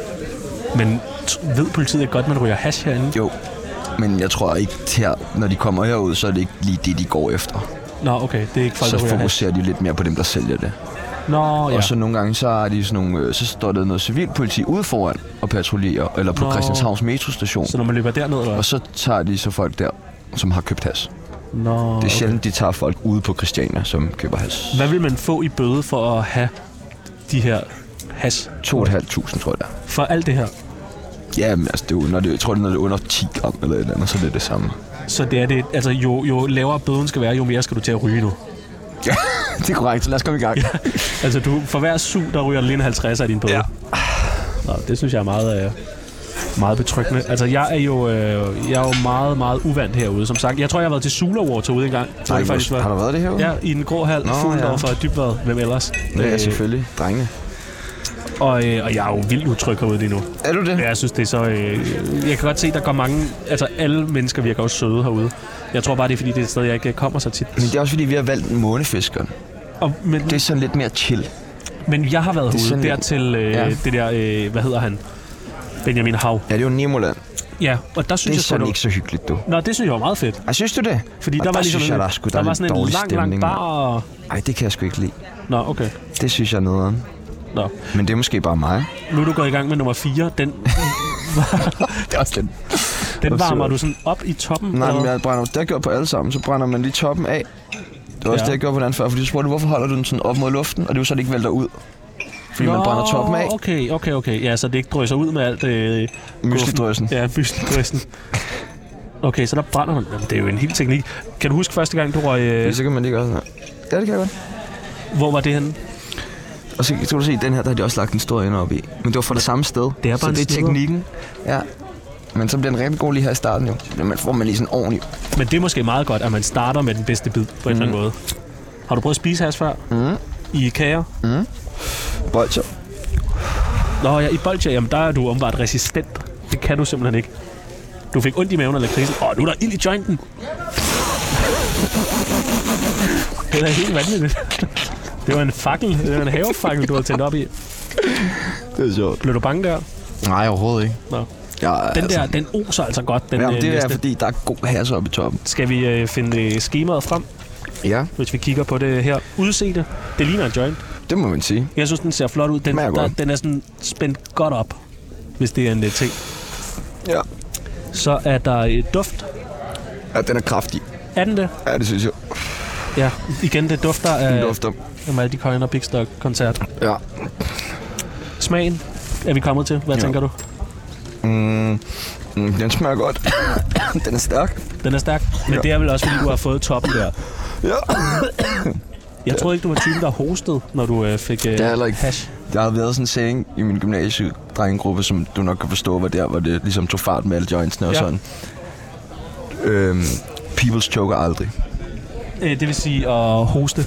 Men ved politiet ikke godt, man ryger hash herinde? Jo. Men jeg tror ikke, her, når de kommer herud, så er det ikke lige det, de går efter. Nå, okay. Det er ikke folk, så der ryger fokuserer de lidt mere på dem, der sælger det. Nå, ja. Og så nogle gange, så er de sådan nogle, så står der noget civilpoliti ude foran og patruljerer, eller på Christianshavns metrostation. Så når man løber derned, eller? Og så tager de så folk der, som har købt hash. Nå, det er sjældent, de tager folk ude på Christiania, som køber hash. Hvad vil man få i bøde for at have de her hash? 2.500, tror jeg. For alt det her? Ja, men altså, jeg tror, det er under 10 gram eller et eller andet, så det er det samme. Så det er det, altså jo lavere bøden skal være, jo mere skal du til at ryge nu? Ja, det er korrekt, så lad os komme i gang. Ja, altså for hver sug, der ryger lige en 50 af din bøde. Ja. Nå, det synes jeg er meget, meget betryggende. Altså jeg er jo meget, meget uvant herude. Som sagt, jeg tror, jeg har været til Sula Awards herude engang. Nej, har du været det herude? Ja, i den grå hal, fuldt over for Dybvad. Hvem ellers? Det er selvfølgelig drenge. Og jeg er jo vildt utryg herude lige nu. Er du det? Jeg synes, det er så... jeg kan godt se, der går mange... Altså, alle mennesker virker også søde herude. Jeg tror bare, det er, fordi det er et sted, jeg ikke kommer så tit. Men det er også, fordi vi har valgt månefiskeren. Men det er sådan lidt mere chill. Men jeg har været herude dertil det der... hvad hedder han? Benjamin Hav. Ja, det er jo Nemoland. Ja, og der synes det er sådan ikke så hyggeligt, du. Nå, det synes jeg var meget fedt. Ej, synes du det? Fordi der var ligesom der var sådan en lang bar og... Ej, det kan jeg sgu ikke lide. Nå, okay. Det synes jeg er nederen. Nå. Men det er måske bare mig. Nu er du gået i gang med nummer 4. Den... det er også den. Den varmer du sådan op i toppen? Nej, men jeg brænder... Det har gjort på alle sammen. Så brænder man lige toppen af. Det var også det, jeg gjorde på den før. Fordi du spurgte, hvorfor holder du den sådan op mod luften? Og det er jo så, det ikke vælter ud. Fordi man brænder toppen af. Okay. Ja, så det ikke drysser ud med alt... Mysli-drøssen. Ja, mysli-drøssen. Okay, så der brænder man. Jamen, det er jo en hel teknik. Kan du huske første gang, du røg... Så kan man lige gøre sådan her. Ja, det kan jeg godt. Hvor var det henne? Og så kan du se, den her, der har de også lagt en stor ende op i. Men det var fra det samme sted. Det er bare så det er teknikken. Ja. Men så bliver den rigtig god lige her i starten jo. Man får man lige sådan ordentligt. Men det er måske meget godt, at man starter med den bedste bid på en eller anden måde. Har du prøvet at spise hash før? I kager? Bolcher. Nå ja, i bolcher, jamen der er du åbenbart resistent. Det kan du simpelthen ikke. Du fik ondt i maven af lakridsen. Nu er der ild i jointen. Det er helt vanvittigt. Det var en fakkel. Det var en havefakkel, du havde tændt op i. Det er sjovt. Blev du bange der? Nej, overhovedet ikke. Nå. Ja, den der, den oser altså godt. Den, det er fordi, der er god hash oppe i toppen. Skal vi finde skemaet frem? Ja. Hvis vi kigger på det her. Udseende. Det ligner en joint. Det må man sige. Jeg synes, den ser flot ud. Den er sådan spændt godt op, hvis det er en ting. Ja. Så er der duft. Ja, den er kraftig. Er den det? Ja, det synes jeg. Ja, igen, det dufter af... Den dufter. Maldi Coin og Big Stock koncert. Ja. Smagen er vi kommet til. Hvad tænker du? Den smager godt. Den er stærk. Den er stærk, men det er vel også, fordi du har fået toppen der. Ja. Jeg troede ikke, du var typen, der hostede, når du fik hash. Der har været sådan en saying i min gymnasiedrengegruppe, som du nok kan forstå, hvor det ligesom tog fart med alle jointsene og sådan. People's choker aldrig. Det vil sige at hoste?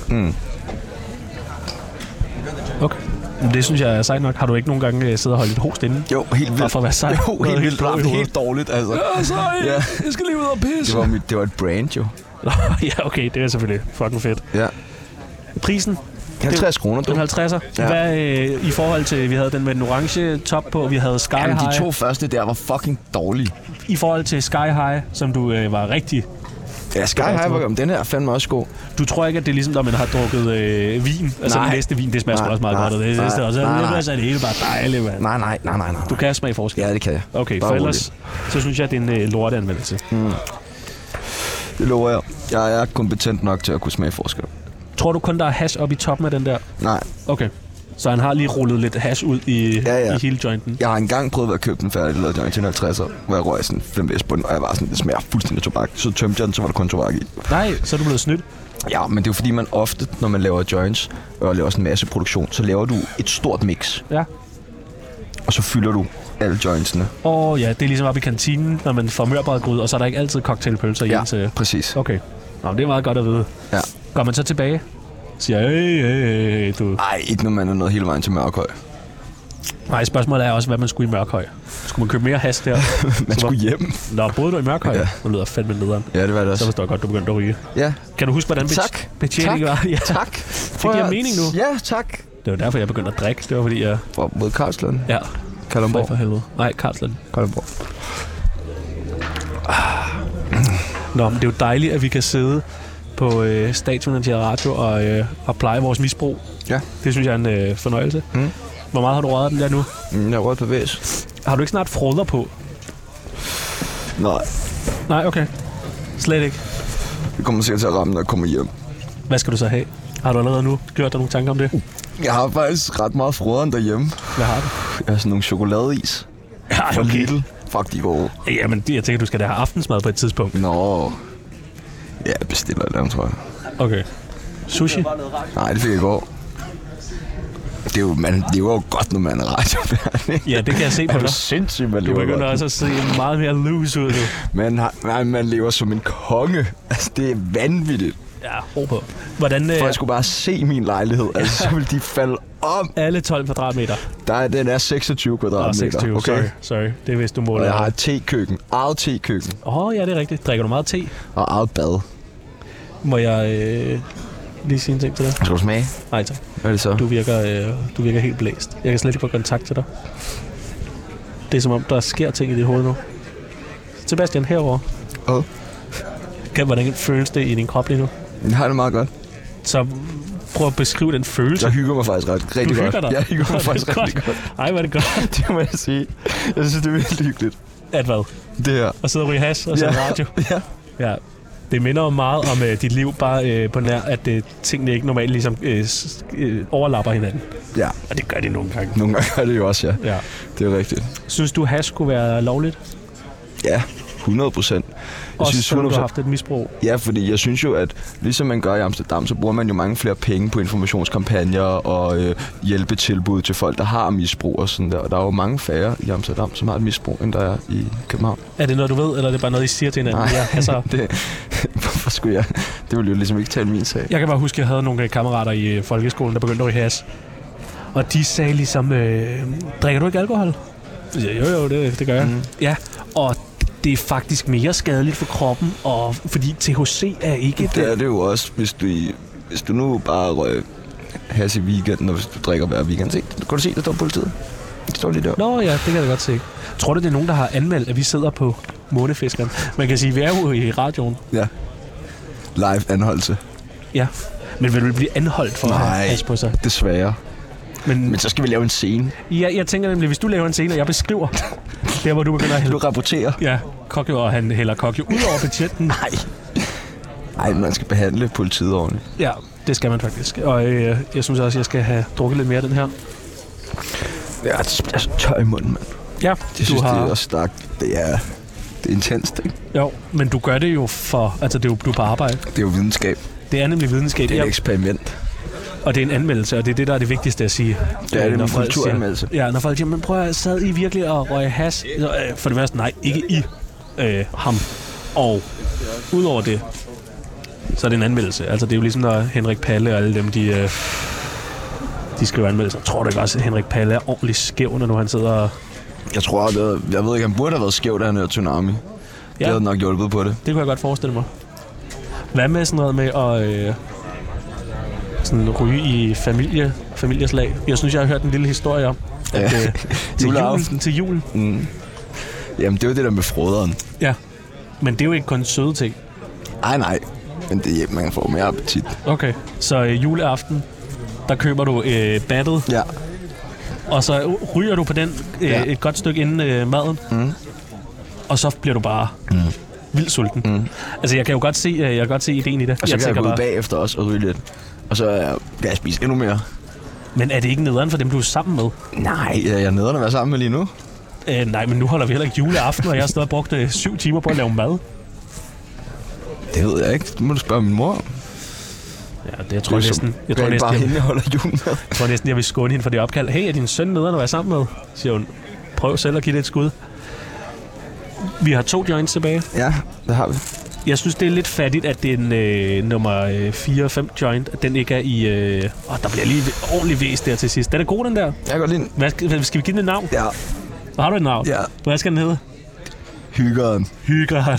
Okay. Det synes jeg er sejt nok. Har du ikke nogen gange siddet og holdt et host inde? Jo, helt vildt. For at være sejt? Jo, helt vildt. Helt dårligt, altså. Ja, sej. Ja. Jeg skal lige ud og pisse. Det var et brand, jo. Ja, okay. Det er selvfølgelig fucking fedt. Ja. Prisen? 50 kroner, du. Den 50'er. Ja. Hvad i forhold til, vi havde den med den orange top på, vi havde Sky High. Jamen, de to første der var fucking dårlige. I forhold til Sky High, som du var rigtig... Ja, Sky High var den her er fandme også god. Du tror ikke, at det er ligesom, når man har drukket vin? Altså den næste vin, det smager også meget godt. Det er det hele bare dejligt, mand. Nej. Du kan smage forskel? Ja, det kan jeg. Okay, for ellers så synes jeg, at det er en lorteanvendelse. Det lover jeg. Jeg er kompetent nok til at kunne smage forskel. Tror du kun, der er hash oppe i toppen af den der? Nej. Okay. Så han har lige rullet lidt hash ud i hele jointen. Jeg har engang prøvet at købe den færdig lavet joint til 50'er, hvor jeg røg sådan 5 væs på den, og jeg var sådan, det smager fuldstændig tobak. Så tømte jeg den, så var der kun tobak i. Nej, så er du blevet snydt. Ja, men det er jo fordi, man ofte, når man laver joints og laver sådan en masse produktion, så laver du et stort mix. Ja. Og så fylder du alle jointsene. Ja, det er ligesom oppe i kantinen, når man får mørbrødgryd, og så er der ikke altid cocktailpølser i ens... præcis. Okay. Nå, det er meget godt at vide. Ja. Går man så tilbage? Siger, hey, du... Nej, ikke når man er nået hele vejen til Mørkhøj. Nej, spørgsmålet er også, hvad man skulle i Mørkhøj. Skulle man købe mere hash der? Man skulle hjem. Nå, boede du i Mørkhøj? Ja. Nu lyder fandme nederen. Ja, det var det også. Så forstår jeg godt, du begyndte at ryge. Ja. Kan du huske, hvordan betjeningen var? Ja. Tak. Det giver mening nu. Ja, tak. Det var derfor, jeg begyndte at drikke. Det var fordi, jeg... Mod Karlslund? Ja. Kalundborg? For helvede. Nej, Karlslund. Kalundborg. Nå, men det er jo dejligt, at vi kan sidde på stadionet til radio og pleje vores misbrug. Ja. Det synes jeg er en fornøjelse. Hvor meget har du røget den der nu? Jeg har røget på væs. Har du ikke snart froder på? Nej. Nej, okay. Slet ikke. Det kommer sikkert til at ramme, når jeg kommer hjem. Hvad skal du så have? Har du allerede nu gjort dig nogle tanker om det? Jeg har faktisk ret meget froderen derhjemme. Hvad har du? Jeg har sådan nogle chokoladeis. Ja, okay. Lidl. Fuck, de gode. Jamen, jeg tænker, du skal da have aftensmad på et tidspunkt. Nå. Ja, jeg bestiller et eller andet, tror jeg. Okay. Sushi? Nej, det fik jeg i går. Det er jo, man lever jo godt, når man er radiovært. Ja, det kan jeg se på dig. Er du sindssygt, man lever godt? Du begynder godt. også at se meget mere loose ud nu. Man lever som en konge. Altså, det er vanvittigt. Ja, ro på. Hvordan... Folk skulle bare se min lejlighed. Altså, så ville de falde om. Alle 12 kvadratmeter. Den er 26 kvadratmeter. 26, okay. Sorry. Det er hvis du måler. Og jeg har et tekøkken. Eget tekøkken. Ja, det er rigtigt. Drikker du meget te? Og eget bad. Må jeg lige sige en ting til dig? Skal du smage? Nej, tak. Hvad er det så? Du virker helt blæst. Jeg kan slet ikke få kontakt til dig. Det er som om, der sker ting i dit hoved nu. Sebastian, herovre. Hvordan føles det i din krop lige nu? Jeg har det meget godt. Så prøv at beskrive den følelse. Jeg hygger mig faktisk rigtig godt. Dig? Jeg hygger mig faktisk rigtig godt. Ej, hvor er det godt. Det må jeg sige. Jeg synes, det er virkelig hyggeligt. At hvad? Det her. Og sidde og ryge hash og sende radio. Ja. Det minder jo meget om dit liv, bare på nær, at tingene ikke normalt ligesom overlapper hinanden. Ja. Og det gør det nogle gange. Nogle gange gør det jo også, ja. Det er rigtigt. Synes du, hash skulle være lovligt? Ja, 100%. Også selvom du har haft et misbrug? Ja, fordi jeg synes jo, at ligesom man gør i Amsterdam, så bruger man jo mange flere penge på informationskampagner og hjælpetilbud til folk, der har misbrug og sådan der. Og der er jo mange færre i Amsterdam, som har et misbrug, end der er i København. Er det noget, du ved, eller er det bare noget, I siger til hinanden? Nej, ja, altså. Hvorfor skulle jeg? Det ville jo ligesom ikke tale min sag. Jeg kan bare huske, at jeg havde nogle kammerater i folkeskolen, der begyndte at ryge hash. Og de sagde ligesom, drikker du ikke alkohol? Jo, det gør jeg. Ja, og det er faktisk mere skadeligt for kroppen, og fordi THC er ikke... Det er det jo også, hvis du nu bare røg hash i weekenden, og hvis du drikker hver weekend. Se, kan du se, der står politiet? Det står lige der. Nå ja, det kan jeg godt se. Tror du, det er nogen, der har anmeldt, at vi sidder på månefiskeren? Man kan sige, vi er jo i radioen. Ja. Live anholdelse. Ja, men vil du blive anholdt for at have hash på sig? Desværre. Men så skal vi lave en scene. Ja, jeg tænker nemlig, hvis du laver en scene, og jeg beskriver der, hvor du begynder at hælde... Du rapporterer. Ja, kokjo, og han hælder kokjo ud over betjenten. Nej, man skal behandle politiet ordentligt. Ja, det skal man faktisk. Og jeg synes også, at jeg skal have drukket lidt mere af den her. Jeg er så tør i munden, mand. Ja, det synes, det er også stærkt. Det er intenst, ikke? Jo, men du gør det jo for... Altså, du er på arbejde. Det er jo videnskab. Det er nemlig videnskab. Det er et eksperiment. Og det er en anmeldelse, og det er det, der er det vigtigste at sige. Det er en kulturanmeldelse. Ja, når folk siger, men prøv at sad I virkelig og røge hash? For det første, nej, ikke I. Ham. Og udover det, så er det en anmeldelse. Altså, det er jo ligesom, når Henrik Palle og alle dem, de skriver anmeldelser. Tror du ikke også, at Henrik Palle er ordentligt skæv, når nu han sidder og... Jeg ved ikke, han burde have været skæv, da han hørte Tsunami. Det havde nok hjulpet på det. Det kunne jeg godt forestille mig. Hvad med sådan noget med at... sådan ryge i familieslag. Jeg synes, jeg har hørt en lille historie om, at til julen. Jamen, det er jo det der med froderen. Ja, men det er jo ikke kun søde ting. Nej, men det man får mere appetit. Okay, så juleaften, der køber du battet. Ja. Og så ryger du på den et godt stykke inden maden. Og så bliver du bare vildt sulten. Altså, jeg kan godt se ideen i det. Og så kan jeg gå ud bagefter også og ryge lidt. Og så kan jeg spise endnu mere. Men er det ikke nederen for dem, du er sammen med? Nej, jeg er nederen at være sammen med lige nu. Nej, men nu holder vi heller ikke juleaften, og jeg har stadig brugt 7 timer på at lave mad. Det ved jeg ikke. Det må du spørge min mor. Ja, det tror jeg næsten. Jeg tror næsten, bare hende, jeg holder julen med. Jeg tror næsten, jeg vil skåne hende for det opkald. Hey, er din søn nederen at være sammen med? Siger hun. Prøv selv at give det et skud. Vi har 2 joints tilbage. Ja, det har vi. Jeg synes, det er lidt fattigt, at det er en nummer 4 og 5 joint, at den ikke er i... der bliver lige ordentligt væs der til sidst. Den er god, den der. Jeg kan godt lide den. Skal vi give den et navn? Ja. Har du et navn? Ja. Hvad skal den hedde? Hyggeren. Hyggeren.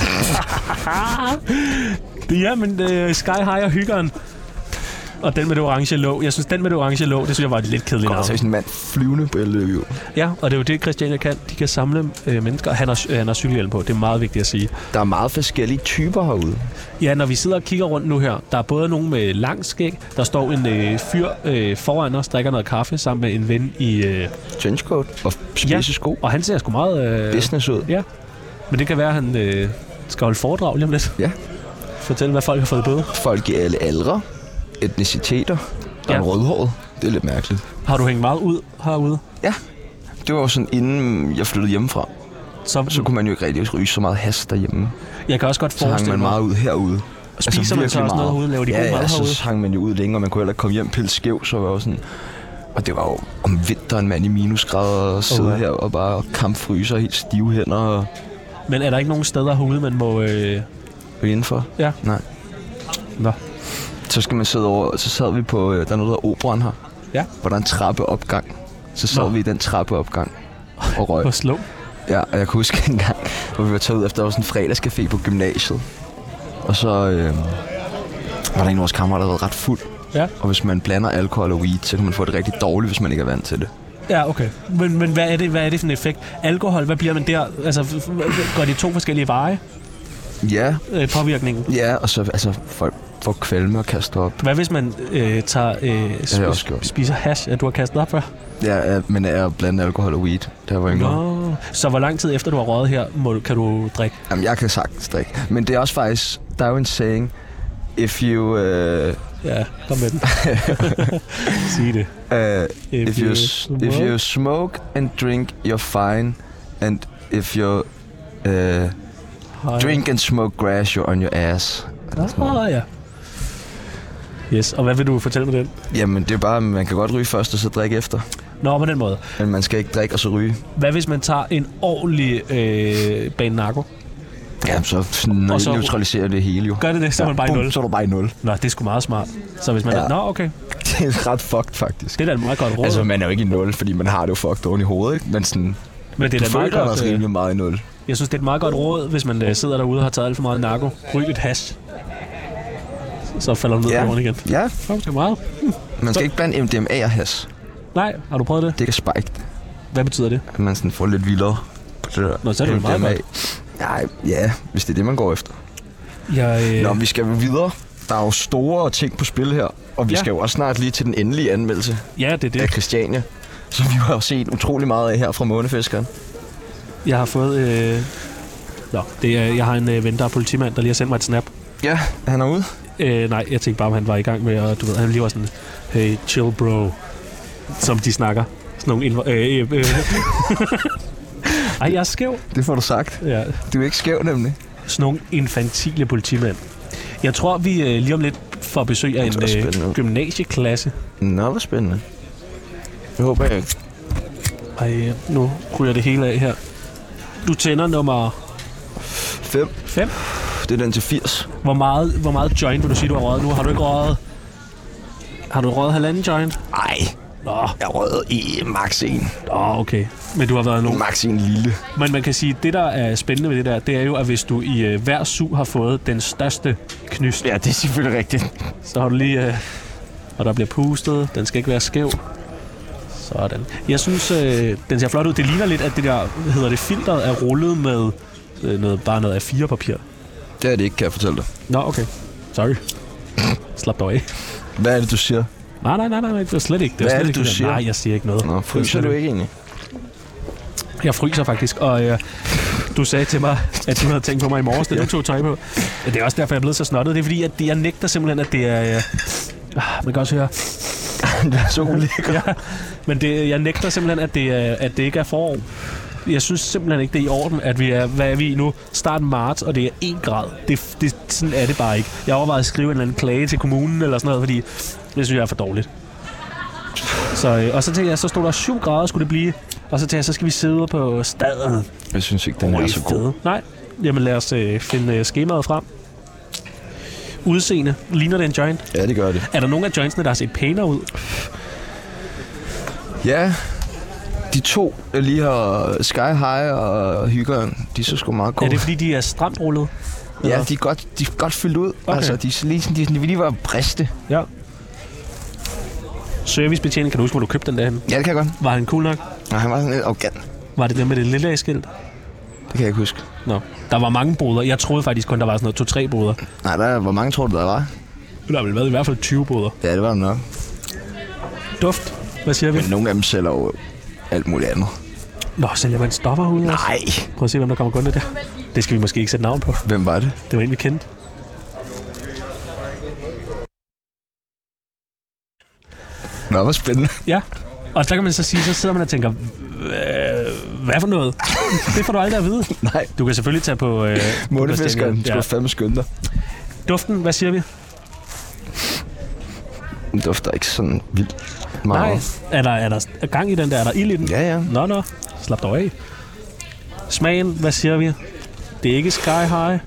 Ja, men Sky High og Hyggeren. Og den med det orange låg. Jeg synes, den med det orange låg, det synes jeg var et lidt kedeligt navn. Der er sådan en mand flyvende på LV. Ja, og det er jo det, Christiania kan. De kan samle mennesker. Han har cykelhjelm på. Det er meget vigtigt at sige. Der er meget forskellige typer herude. Ja, når vi sidder og kigger rundt nu her, der er både nogen med lang skæg. Der står en fyr foran os, drikker noget kaffe sammen med en ven i... trenchcoat og spidse sko. Og han ser sgu meget... business ud. Ja, men det kan være, at han skal holde foredrag lige om lidt. Ja. Fortælle, hvad folk har fået bøde. Folk i alle aldre, etniciteter, der er en rødhåret. Det er lidt mærkeligt. Har du hængt meget ud herude? Ja. Det var jo sådan, inden jeg flyttede hjemmefra. Så kunne man jo ikke rigtig ryge så meget hash derhjemme. Jeg kan også godt forestille mig. Så hang man meget ud herude. Spiser man så også noget herude? Laver de god mad herude? Så hang man jo ud længe, og man kunne heller komme hjem pille skæv, så var jo sådan... Og det var jo om vinteren, mand, i minusgrader, og sidde her og bare kampfryse og helt stive hænder. Og... Men er der ikke nogen steder herude, man må... Indenfor? Ja. Nej. Nå. Så skal man sidde over... Så sad vi på... Der er noget, der Operan her. Ja. Hvor der er en trappeopgang. Så sad vi i den trappeopgang og røg. Hvor slå. Ja, og jeg kan huske en gang, hvor vi var taget ud efter, der var sådan en fredagscafé på gymnasiet. Og så var der en af vores kammerater, der havde ret fuld. Ja. Og hvis man blander alkohol og weed, så kan man få det rigtig dårligt, hvis man ikke er vant til det. Ja, okay. Men hvad er det for en effekt? Alkohol, hvad bliver man der? Altså, går de 2 forskellige veje? Ja. Påvirkningen? Ja, og så folk får kvalme og kaster op. Hvad hvis man spiser hash? Du har kastet op før? Ja, men jeg blander alkohol og weed, der var yngre. Så hvor lang tid efter du har røget her, kan du drikke? Jamen, jeg kan sagtens drikke. Men det er også faktisk, der er jo en saying, if you... Ja, kom med den. Sig det. If you smoke and drink, you're fine. And if you drink and smoke grass, you're on your ass. Ja. Yes, og hvad vil du fortælle med den? Jamen, det er bare, man kan godt ryge først, og så drikke efter. Nå, på den måde. Men man skal ikke drikke og så ryge. Hvad hvis man tager en ordentlig bane narko? Ja, så neutraliserer det hele jo. Gør det, så er man bare i 0. Så er du bare i 0. Nå, det er sgu meget smart. Så hvis man Nå, okay. Det er ret fucked, faktisk. Det er da et meget godt råd. Altså, man er jo ikke i 0, fordi man har det jo fucked oven i hovedet, ikke? Men sådan... Men det er da meget godt... rimelig meget i 0. Jeg synes, det er et meget godt råd, hvis man sidder derude og har taget alt for meget narko. Ryg et hash. Så falder du ned på jorden igen. Ja. Det er meget. Man skal ikke blande MDMA og hash. Nej, har du prøvet det? Det kan spike. Hvad betyder det? At man sådan får lidt vildere. Nå, så er det jo meget godt. Nej, ja, hvis det er det, man går efter. Nå, vi skal jo videre. Der er jo store ting på spil her. Og vi skal jo også snart lige til den endelige anmeldelse. Ja, det er det. Af Christiania. Som vi har jo set utrolig meget af her fra Månefiskeren. Jeg har fået... jeg har en ven, der er politimand, der lige har sendt mig et snap. Ja, han er ude? Nej, jeg tænkte bare, om han var i gang med, og du ved, han lige var sådan, hey, chill bro, som de snakker. Sådan nogle Ej, jeg er skæv. Det får du sagt. Ja. Du er ikke skæv, nemlig. Sådan nogle infantile politimænd. Jeg tror, vi lige om lidt får besøg af en gymnasieklasse. Nå, hvor spændende. Det håber jeg ikke. Ej, nu ryger det hele af her. Du tænder nummer... 5. 5? Det er den til 80. Hvor meget joint vil du sige, du har røget nu? Har du ikke røget... Har du røget 1,5 joint? Nej. Nå. Jeg røget i max 1. Okay. Men du har været nogen... Max 1 lille. Men man kan sige, det der er spændende ved det der, det er jo, at hvis du i hver sug har fået den største knyst... Ja, det er selvfølgelig rigtigt. Så har du lige... og der bliver pustet. Den skal ikke være skæv. Sådan. Jeg synes, den ser flot ud. Det ligner lidt, at det der, hedder det, filteret er rullet med noget A4-papir. Det er det ikke, kan jeg fortælle dig. Nå, okay. Sorry. Slap dig af. Hvad er det, du siger? Nej, det er slet ikke. Hvad er det, du siger? Nej, jeg siger ikke noget. Nå, fryser du ikke egentlig? Jeg fryser faktisk, og du sagde til mig, at du havde tænkt på mig i morges, da du tog tøj på. Det er også derfor, jeg er blevet så snottet. Det er fordi, at jeg nægter simpelthen, at det er... man kan også høre... Det er så ulækkert. Ja, men jeg nægter simpelthen, at det ikke er forår. Jeg synes simpelthen ikke, det er i orden, at vi er, hvad er vi nu, starten marts, og det er 1 grad. Sådan er det bare ikke. Jeg overvejede at skrive en eller anden klage til kommunen eller sådan noget, fordi det synes jeg er for dårligt. Så, og så tænkte jeg, så stod der 7 grader, skulle det blive. Og så tænkte jeg, så skal vi sidde ude på Staden. Jeg synes ikke, den er så god. Nej, jamen lad os finde skemaet frem. Udseende. Ligner det en joint? Ja, det gør det. Er der nogle af jointsene, der har set pænere ud? Ja, de 2, der lige har Sky High og Hyggeren, de så sgu meget gode. Er det fordi, de er stramt rullet? Ja, de er godt fyldt ud. Okay. Altså, de vil lige være briste. Ja. Servicebetjening, kan du huske, hvor du købte den derhen? Ja, det kan jeg godt. Var han cool nok? Nej, han var sådan lidt arrogant. Var det der med det lille skilt? Det kan jeg ikke huske. Nå. Der var mange boder. Jeg troede faktisk kun, der var sådan noget 2-3 boder. Nej, hvor mange tror du, der var? Der har vel været i hvert fald 20 boder. Ja, det var der nok. Duft. Hvad siger vi? Men nogle af dem sælger jo alt muligt andet. Nå, sælger man stoffer herude? Nej. Prøv at se, hvem der kommer gående der. Det skal vi måske ikke sætte navn på. Hvem var det? Det var en, vi kendte. Nå, hvor spændende. Ja, og så kan man så sige, så sidder man og tænker, hvad for noget? Det får du aldrig at vide. Nej. Du kan selvfølgelig tage på... Månefiskeren, du skal fandme skynde dig. Duften, hvad siger vi? Den dufter ikke sådan vildt meget. Nej, er der gang i den der? Er der ild i den? Ja. Nå. Slap dig af. Smagen, hvad siger vi? Det er ikke Sky High.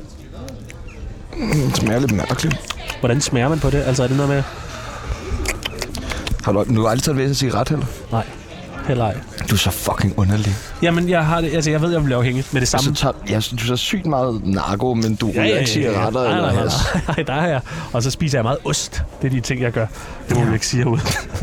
Det smager lidt mærkeligt. Hvordan smager man på det? Altså, er det noget med... Har du aldrig taget ved til cigaret heller? Nej, heller ej. Du er så fucking underlig. Jamen, jeg har det... Altså, jeg ved, jeg bliver afhængig med det samme. Du er så sygt meget narko, men du ryger ikke cigaretter eller has. Nej, der er jeg. Og så spiser jeg meget ost. Det er de ting, jeg gør. Det må jeg ikke sige herude.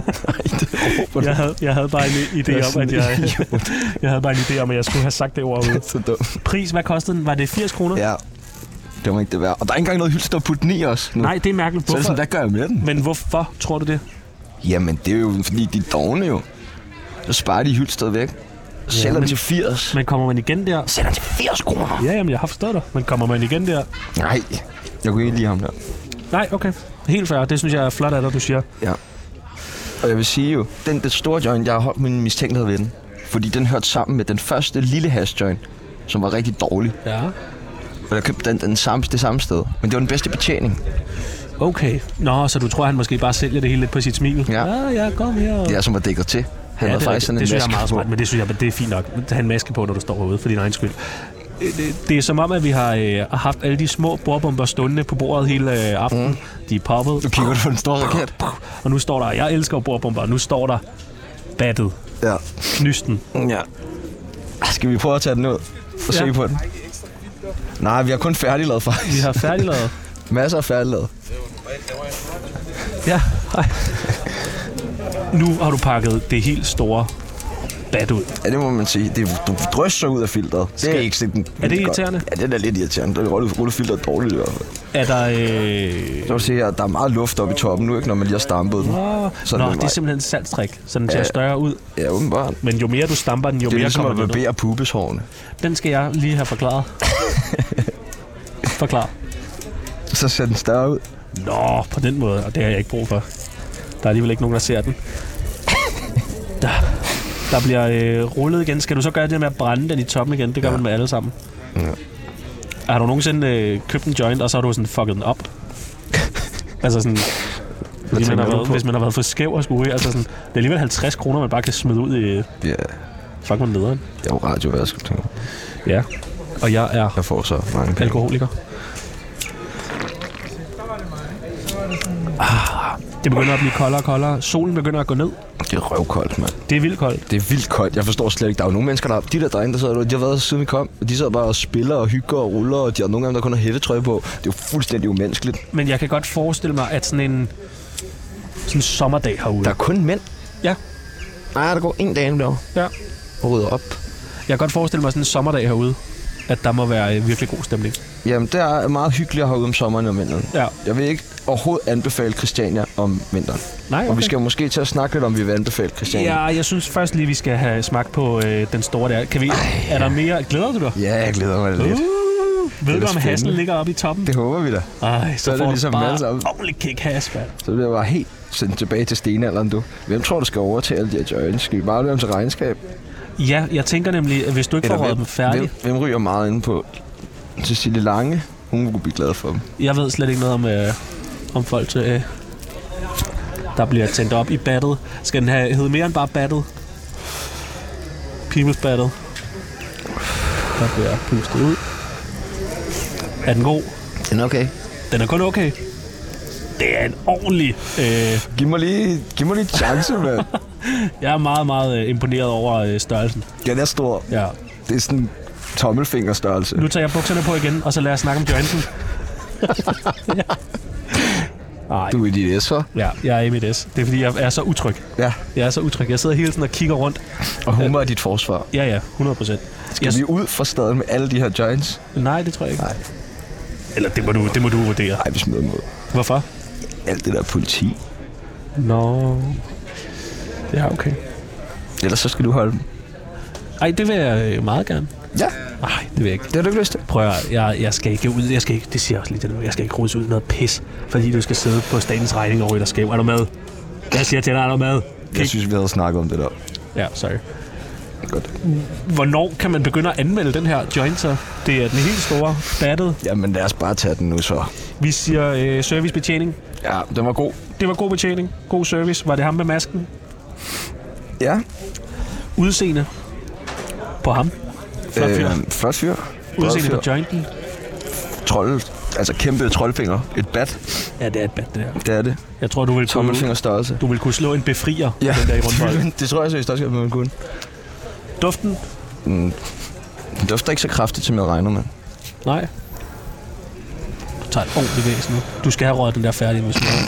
Jeg havde bare en idé om, at jeg havde bare en idé om, at jeg skulle have sagt det ord ude. Pris, hvad kostede den? Var det 80 kroner? Ja. Det var ikke det værd. Og der er ikke engang noget hylster at putte den i os. Nej, det er mærkeligt. Hvorfor? Så sådan, hvad gør jeg med den? Men hvorfor tror du det? Jamen, det er jo fordi, de er dogne jo. Så sparer de hylstret væk. Sælger den til 80. Men kommer man igen der? Sælger den til 80 kroner. Ja, jamen, jeg har forstået dig. Men kommer man igen der? Nej, jeg kunne ikke lide ham der. Nej, okay. Helt fair. Det synes jeg er flot af dig, du siger. Ja. Og jeg vil sige jo, det store joint, jeg har holdt min mistænkelighed ved den. Fordi den hørte sammen med den første lille hash joint, som var rigtig dårlig. Ja. Og jeg købte det samme sted. Men det var den bedste betjening. Okay. Nå, så du tror, han måske bare sælger det hele lidt på sit smil? Ja, kom her. Det er som at dække til. Han havde faktisk sådan en maske på. Det synes jeg er meget på. smart, men det synes jeg, det er fint nok. At have en maske på, når du står herude, for din egen skyld. Det er som om, at vi har haft alle de små bordbomber stående på bordet hele aftenen. De er poppet. Du kigger på den store raket. Og nu står der, jeg elsker bordbomber, og nu står der battet. Ja. Knysten. Ja. Skal vi prøve at tage den ud og se på den? Nej, vi har kun færdiglavet faktisk. Vi har færdiglavet. Masser af færdiglavet. Ja, hej. Nu har du pakket det helt store bat ud. Ja, det må man sige. Du drysser ud af filteret. Det er ikke sådan... Er det irriterende? Ja, det er lidt irriterende. Det ruller filteret dårligt i hvert fald. Er der... Så kan du se, at der er meget luft oppe i toppen nu, ikke, når man lige har stampet den. Nå, det er simpelthen et salgstrik, så den ser større ud. Ja, åbenbart. Men jo mere du stamper den, jo mere ligesom kommer den ned. Det er ligesom at barbere pubeshårene. Den skal jeg lige have forklaret. Forklar. Så ser den større ud. Nå, på den måde, og det har jeg ikke brug for. Der er alligevel ikke nogen, der ser den. Der bliver rullet igen. Skal du så gøre det med at brænde den i toppen igen? Det gør man med alle sammen. Ja. Har du nogensinde købt en joint, og så har du sådan fucket den op? Altså sådan... Hvis man har været for skæv og skue, altså sådan... Det er alligevel 50 kroner, man bare kan smide ud i... Ja. Fuck, man nederen. Jeg er jo radiovask, tænker jeg. Ja. Og jeg er... Jeg får så mange penge. Alkoholiker. Det begynder at blive koldere og koldere. Solen begynder at gå ned. Det er røvkoldt, mand. Det er vildt koldt. Det er vildt koldt. Jeg forstår slet ikke. Der er jo nogle mennesker, de der drenge, der sidder, de har været siden vi kom. Og de sidder bare og spiller og hygger og ruller, og de har nogle af dem, der kun har hættetrøje på. Det er jo fuldstændig umenneskeligt. Men jeg kan godt forestille mig, at sådan en sommerdag herude. Der er kun mænd? Ja. Nej, der går en dag derovre. Ja. Og rydder op. Jeg kan godt forestille mig sådan en sommerdag herude, at der må være virkelig god stemning. Jamen, det er meget hyggeligt herude om sommeren og vinteren. Ja. Jeg vil ikke overhovedet anbefale Christiania om vinteren. Nej, okay. Og vi skal måske til at snakke lidt om, vi vil anbefale Christiania. Ja, jeg synes først lige, vi skal have smagt på den store der. Kan vi... Er der mere? Glæder du dig? Ja, jeg glæder mig lidt. Ved du, om hassen ligger oppe i toppen? Det håber vi da. Ej, så er det får ligesom du alle bare sammen. ordentligt kick has, mand. Så det var helt sendt tilbage til stenalderen, du. Hvem tror du skal overtage alle de her joints? Skal vi bare løbe til regnskab? Ja, jeg tænker nemlig, at hvis du ikke får røget dem færdig... Hvem ryger meget inde på Cecilie Lange? Hun kunne blive glad for dem. Jeg ved slet ikke noget om folk, der bliver tændt op i battet. Skal den hedde mere end bare battet? People's battle. Der bliver pustet ud. Er den god? Den er okay. Den er kun okay. Det er en ordentlig... Giv mig lige en chance, mand. Jeg er meget, meget imponeret over størrelsen. Ja, den er stor. Ja. Det er sådan tommelfingerstørrelse. Nu tager jeg bukserne på igen, og så lad os snakke om jointsen. Ja. Du er i dit S, for? Ja, jeg er i mit S. Det er fordi, jeg er så utryg. Ja. Jeg er så utryg. Jeg sidder hele tiden og kigger rundt. Og humor er dit forsvar. Ja, 100%. Skal vi ud fra staden med alle de her joints? Nej, det tror jeg ikke. Nej. Eller det må du vurdere. Nej, vi smider mod. Hvorfor? Alt det der politi. Nå. Ja, okay. Ellers så skal du holde dem. Ej, det vil jeg meget gerne. Ja. Nej, det vil jeg ikke. Det har du ikke lyst til. Prøv at, jeg skal ikke ud. Det siger jeg også lige til dig. Jeg skal ikke rulles ud noget pis, fordi du skal sidde på statens regning over i der skæv. Er du med? Jeg siger til dig, er du med? Jeg synes, vi havde snakket om det der. Ja, sorry. Godt. Hvornår kan man begynde at anmelde den her joint, så? Det er den helt store battet. Jamen lad os bare tage den nu så. Vi siger servicebetjening. Ja, den var god. Det var god betjening. God service. Var det ham med masken? Ja. Udseende på ham. Flot fyr. Flot fyr. Udseende på jointen. Trold. Altså kæmpe troldfinger. Et bat. Ja, det er et bat, det her. Det er det. Jeg tror, du vil kunne slå en befrier den der i rundbold. Det tror jeg seriøst også, at man kunne. Duften? Den dufter ikke så kraftigt, som jeg regner med. Nej. Du tager et ordentligt væsen nu. Du skal have røget den der færdig med smagen.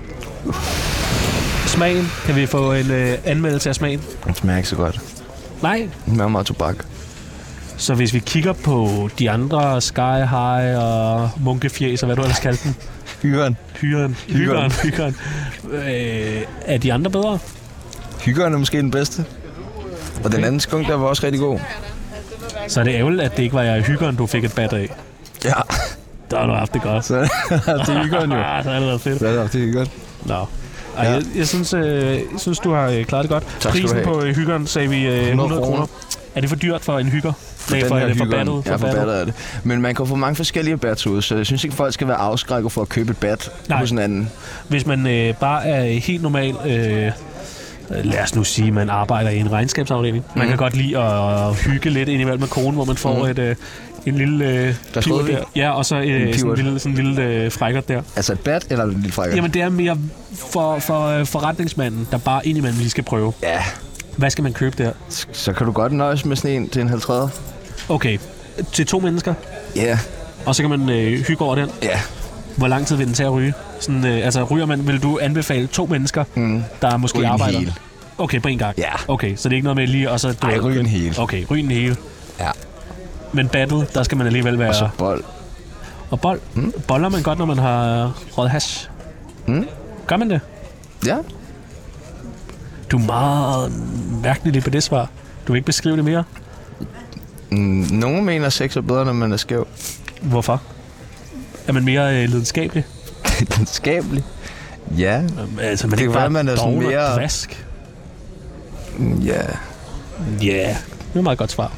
Smagen. Kan vi få en anmeldelse af smagen? Den smager ikke så godt. Nej. Den smager meget tobak. Så hvis vi kigger på de andre Sky High og Munkefjæs og hvad du ellers kalder den. Hyggeren. Er de andre bedre? Hyggeren er måske den bedste. Og den anden skunk, der var også rigtig god. Så er det ærgerligt, at det ikke var hyggeren, du fik et bat af. Ja. Der har du haft det godt. Så det er hyggeren jo. Så er det været fedt. Så er det hyggeren. Nå. Ej, ja. Jeg synes, du har klaret det godt. Tak, prisen på hyggeren sagde vi 100 kroner. Er det for dyrt for en hygger? For battet er det. Men man kan få mange forskellige bats ud, så jeg synes ikke, folk skal være afskrækket for at købe et bat hos en anden. Hvis man bare er helt normal... lad os nu sige, at man arbejder i en regnskabsafdeling. Man kan godt lide at hygge lidt indimellem med konen, hvor man får en lille piver der. Ja, og så sådan en lille frækkert der. Altså et bat eller en lille frækkert? Jamen, det er mere for forretningsmanden, der bare indimellem lige skal prøve. Ja. Hvad skal man købe der? Så kan du godt nøjes med sådan en til en 50. Okay. Til 2 mennesker? Ja. Yeah. Og så kan man hygge over den? Ja. Yeah. Hvor lang tid vil den tage at ryge? Sådan, altså ryger man, vil du anbefale 2 mennesker, der måske arbejder? Hel. Okay, på en gang? Ja. Okay, så det er ikke noget med lige... Nej, ryge den hele. Okay, ryge den hele. Ja. Men battet, der skal man alligevel være... Og så bold. Og bold? Boller man godt, når man har røget hash? Gør man det? Ja. Du er meget mærkelig lige på det svar. Du vil ikke beskrive det mere? Nogen mener, at sex er bedre, når man er skæv. Hvorfor? Er man mere lidenskabelig? Lidenskabelig? Ja. Altså, man det ikke bare man er sådan mere... dvask? Ja. Ja. Det er et meget godt svar.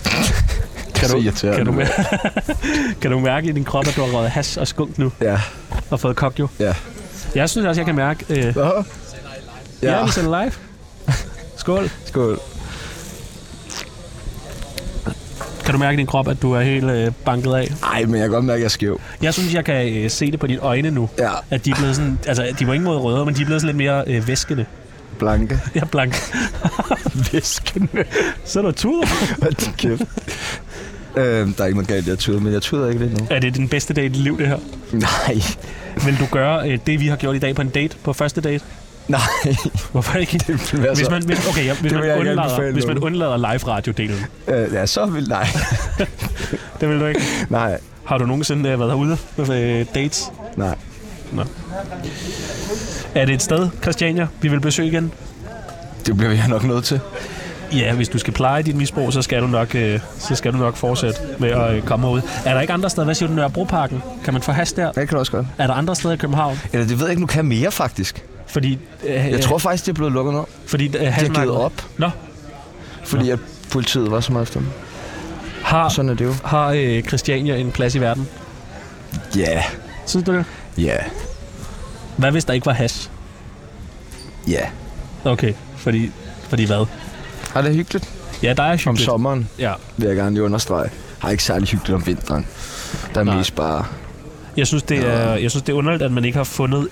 Kan du mærke i din krop, at du har røget hash og skunk nu? Ja. Og fået kokjo? Ja. Jeg synes også, jeg kan mærke... Ja, vi sender live. Skål. Skål. Kan du mærke i din krop, at du er helt banket af? Nej, men jeg kan godt mærke, at jeg er skæv. Jeg synes, jeg kan se det på dine øjne nu. Ja. At de er blevet sådan... Altså, de var ikke mod røde, men de er blevet sådan lidt mere væskende. Blanke. Ja, blanke. Væskende. Så er der tuder. Hvad din kæft? Der er ikke noget galt, jeg tuder, men jeg tuder ikke lidt nu. Er det den bedste dag i dit liv, det her? Nej. Vil du gøre det, vi har gjort i dag på en date, på første date? Nej. Hvorfor ikke? Hvis man undlader live-radio-delen. Ja, så vil nej. Det vil du ikke? Nej. Har du nogensinde været herude med dates? Nej. Nå. Er det et sted, Christiania, vi vil besøge igen? Det bliver vi nok nødt til. Ja, hvis du skal pleje dit misbrug, så skal du nok fortsætte med at komme ud. Er der ikke andre steder? Hvad siger du, Nørrebroparken? Kan man få hash der? Det kan du også godt. Er der andre steder i København? Eller det ved jeg ikke, nu kan mere faktisk. Fordi... jeg tror faktisk, det er blevet lukket ned. Fordi de har givet op. Nå. Fordi at politiet var så meget efter dem. Sådan er det jo. Har Christiania en plads i verden? Ja. Yeah. Synes du det? Ja. Yeah. Hvad hvis der ikke var hash? Ja. Yeah. Okay, fordi hvad? Er det hyggeligt? Ja, der er hyggeligt. Om sommeren, ja, vil jeg gerne lige understrege. Har ikke særlig hyggeligt om vinteren. Der er mest bare... Jeg synes, det er underligt, at man ikke har fundet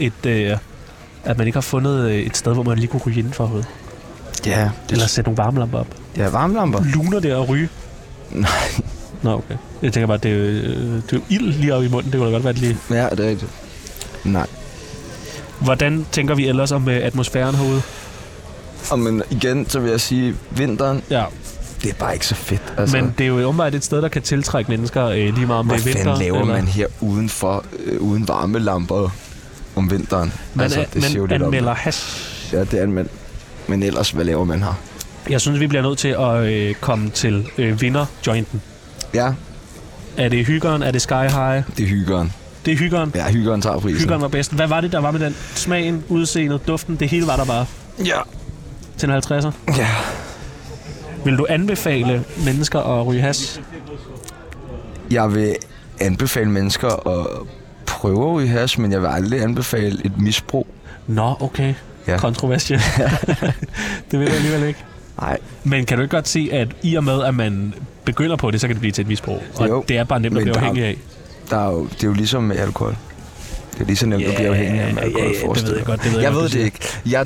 et sted, hvor man lige kunne ryge indenfor hovedet. Ja. Eller sætte nogle varmelamper op. Ja, varmelamper. Luner det at ryge? Nej. Nå, okay. Jeg tænker bare, det er jo ild lige oppe i munden. Det kunne da godt være lige... Ja, det er rigtigt. Nej. Hvordan tænker vi ellers om atmosfæren herude? Men igen, så vil jeg sige, vinteren, ja, det er bare ikke så fedt. Altså. Men det er jo åbenbart et sted, der kan tiltrække mennesker lige meget med vinter. Hvad fanden laver man her udenfor, uden varmelamper om vinteren? Man anmelder hash. Ja, det er anmeldt. Men ellers, hvad laver man her? Jeg synes, vi bliver nødt til at komme til vinder-jointen. Ja. Er det hyggeren? Er det Sky High? Det er hyggeren. Det er hyggeren? Ja, hyggeren tager prisen. Hyggeren var bedst. Hvad var det, der var med den? Smagen, udseendet, duften, det hele var der bare? Ja. Til en 50'er? Ja. Vil du anbefale mennesker at ryge hash? Jeg vil anbefale mennesker at prøve at ryge hash, men jeg vil aldrig anbefale et misbrug. Nå, okay. Ja. Kontroversielt. Det vil jeg alligevel ikke. Nej. Men kan du ikke godt se, at i og med, at man begynder på det, så kan det blive til et misbrug? Og jo, det er bare nemt at blive afhængig af. Det er jo ligesom med alkohol. Det er lige så nemt at blive afhængig af alkohol. Det ved jeg godt. Jeg ved det ikke.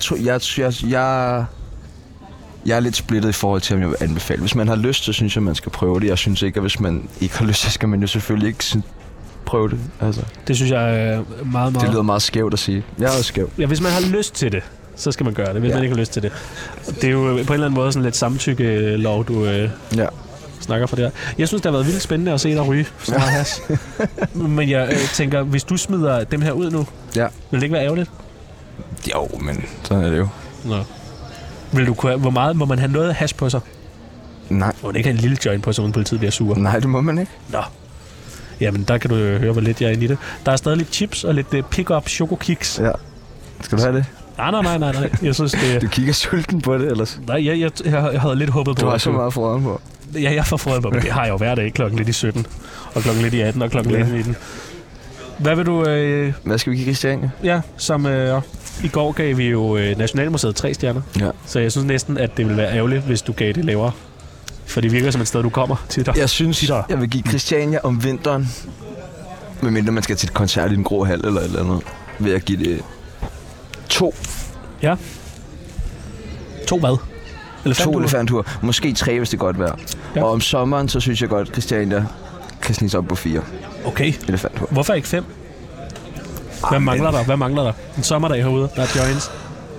Jeg er lidt splittet i forhold til, om jeg vil anbefale. Hvis man har lyst, så synes jeg, man skal prøve det. Jeg synes ikke, at hvis man ikke har lyst, så skal man jo selvfølgelig ikke prøve det. Altså. Det synes jeg er meget... Det lyder meget skævt at sige. Jeg er også skæv. Ja, hvis man har lyst til det, så skal man gøre det. Hvis man ikke har lyst til det. Det er jo på en eller anden måde sådan lidt samtykke-lov, du snakker for det her. Jeg synes, det har været vildt spændende at se dig ryge. Men jeg tænker, hvis du smider dem her ud nu, vil det ikke være ærgerligt? Jo, men sådan er det jo. Nå. Hvor meget må man have noget hash på sig? Nej. Må man ikke have en lille joint på sig, uden politiet bliver sur? Nej, det må man ikke. Nå. Jamen, der kan du høre, hvor lidt jeg er inde i det. Der er stadig lidt chips og lidt pick-up choco-kiks. Ja. Skal du have det? Nej. Jeg synes, det... Du kigger sulten på det, ellers? Nej, jeg havde lidt håbet på... Du har så meget foran på. Ja, jeg får foran på, men det har jeg jo hver dag. Klokken lidt i 17, og klokken lidt i 18, og klokken lidt i 19. Hvad vil du... Hvad skal vi kigge i Christiania? Ja, som... I går gav vi jo Nationalmuseet 3 stjerner. Ja. Så jeg synes næsten, at det ville være ærgerligt, hvis du gav det lavere. For det virker som et sted, du kommer til. Jeg synes, jeg vil give Christiania om vinteren, medmindre man skal til et koncert i den grå hal eller et eller andet, vil jeg give det 2. Ja. 2 hvad? 2 elefantture. Måske 3, hvis det godt vejr. Ja. Og om sommeren, så synes jeg godt, Christiania kan snige op på 4. Okay. Elefantture. Hvorfor ikke 5? Hvad mangler der? En sommerdag herude, der er joints.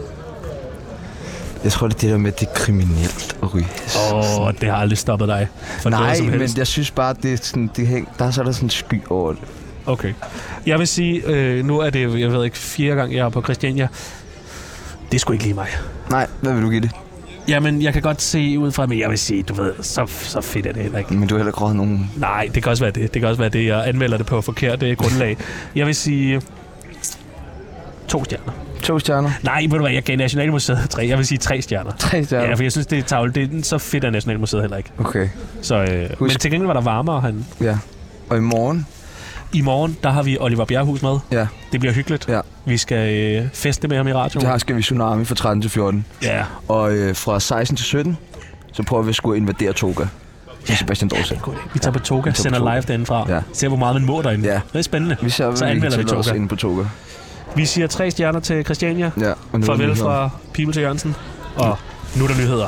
Jeg tror, det er det der med, at det er kriminelt at ryge. Det har aldrig stoppet dig. Nej, men jeg synes bare, det er sådan, der er sådan en sky over det. Okay. Jeg vil sige, nu er det, jeg ved ikke, 4. gang, jeg er på Christiania. Det er sgu ikke lige mig. Nej, hvad vil du give det? Jamen, jeg kan godt se ud fra, men jeg vil sige, du ved, så fedt er det heller ikke. Men du har heller ikke råd nogen... Nej, det kan også være det. Det kan også være det, jeg anmelder det på forkert grundlag. Jeg vil sige 2 stjerner. 2 stjerner? Nej, ved du hvad, jeg gav Nationalmuseet 3. Jeg vil sige 3 stjerner. 3 stjerner? Ja, for jeg synes, det er tavle. Det er så fedt af Nationalmuseet heller ikke. Okay. Så, men til gengæld var der varmere herinde. Ja. Og i morgen? I morgen, der har vi Oliver Bjerrehus med. Ja. Det bliver hyggeligt. Ja. Vi skal feste med ham i radioen. Der skal vi Tsunami fra 13 til 14. Ja. Og fra 16 til 17, så prøver vi at skulle invadere Toga. Ja, Sebastian Dorset. Vi tager på Toga, sender live derindefra. Ja. Ser, hvor meget man må derinde. Ja. Det er spændende. Så anmelder vi Toga. Inde på Toga. Vi siger 3 stjerner til Christiania. Ja. Farvel fra Pibel til Jørgensen. Og nu er der nyheder.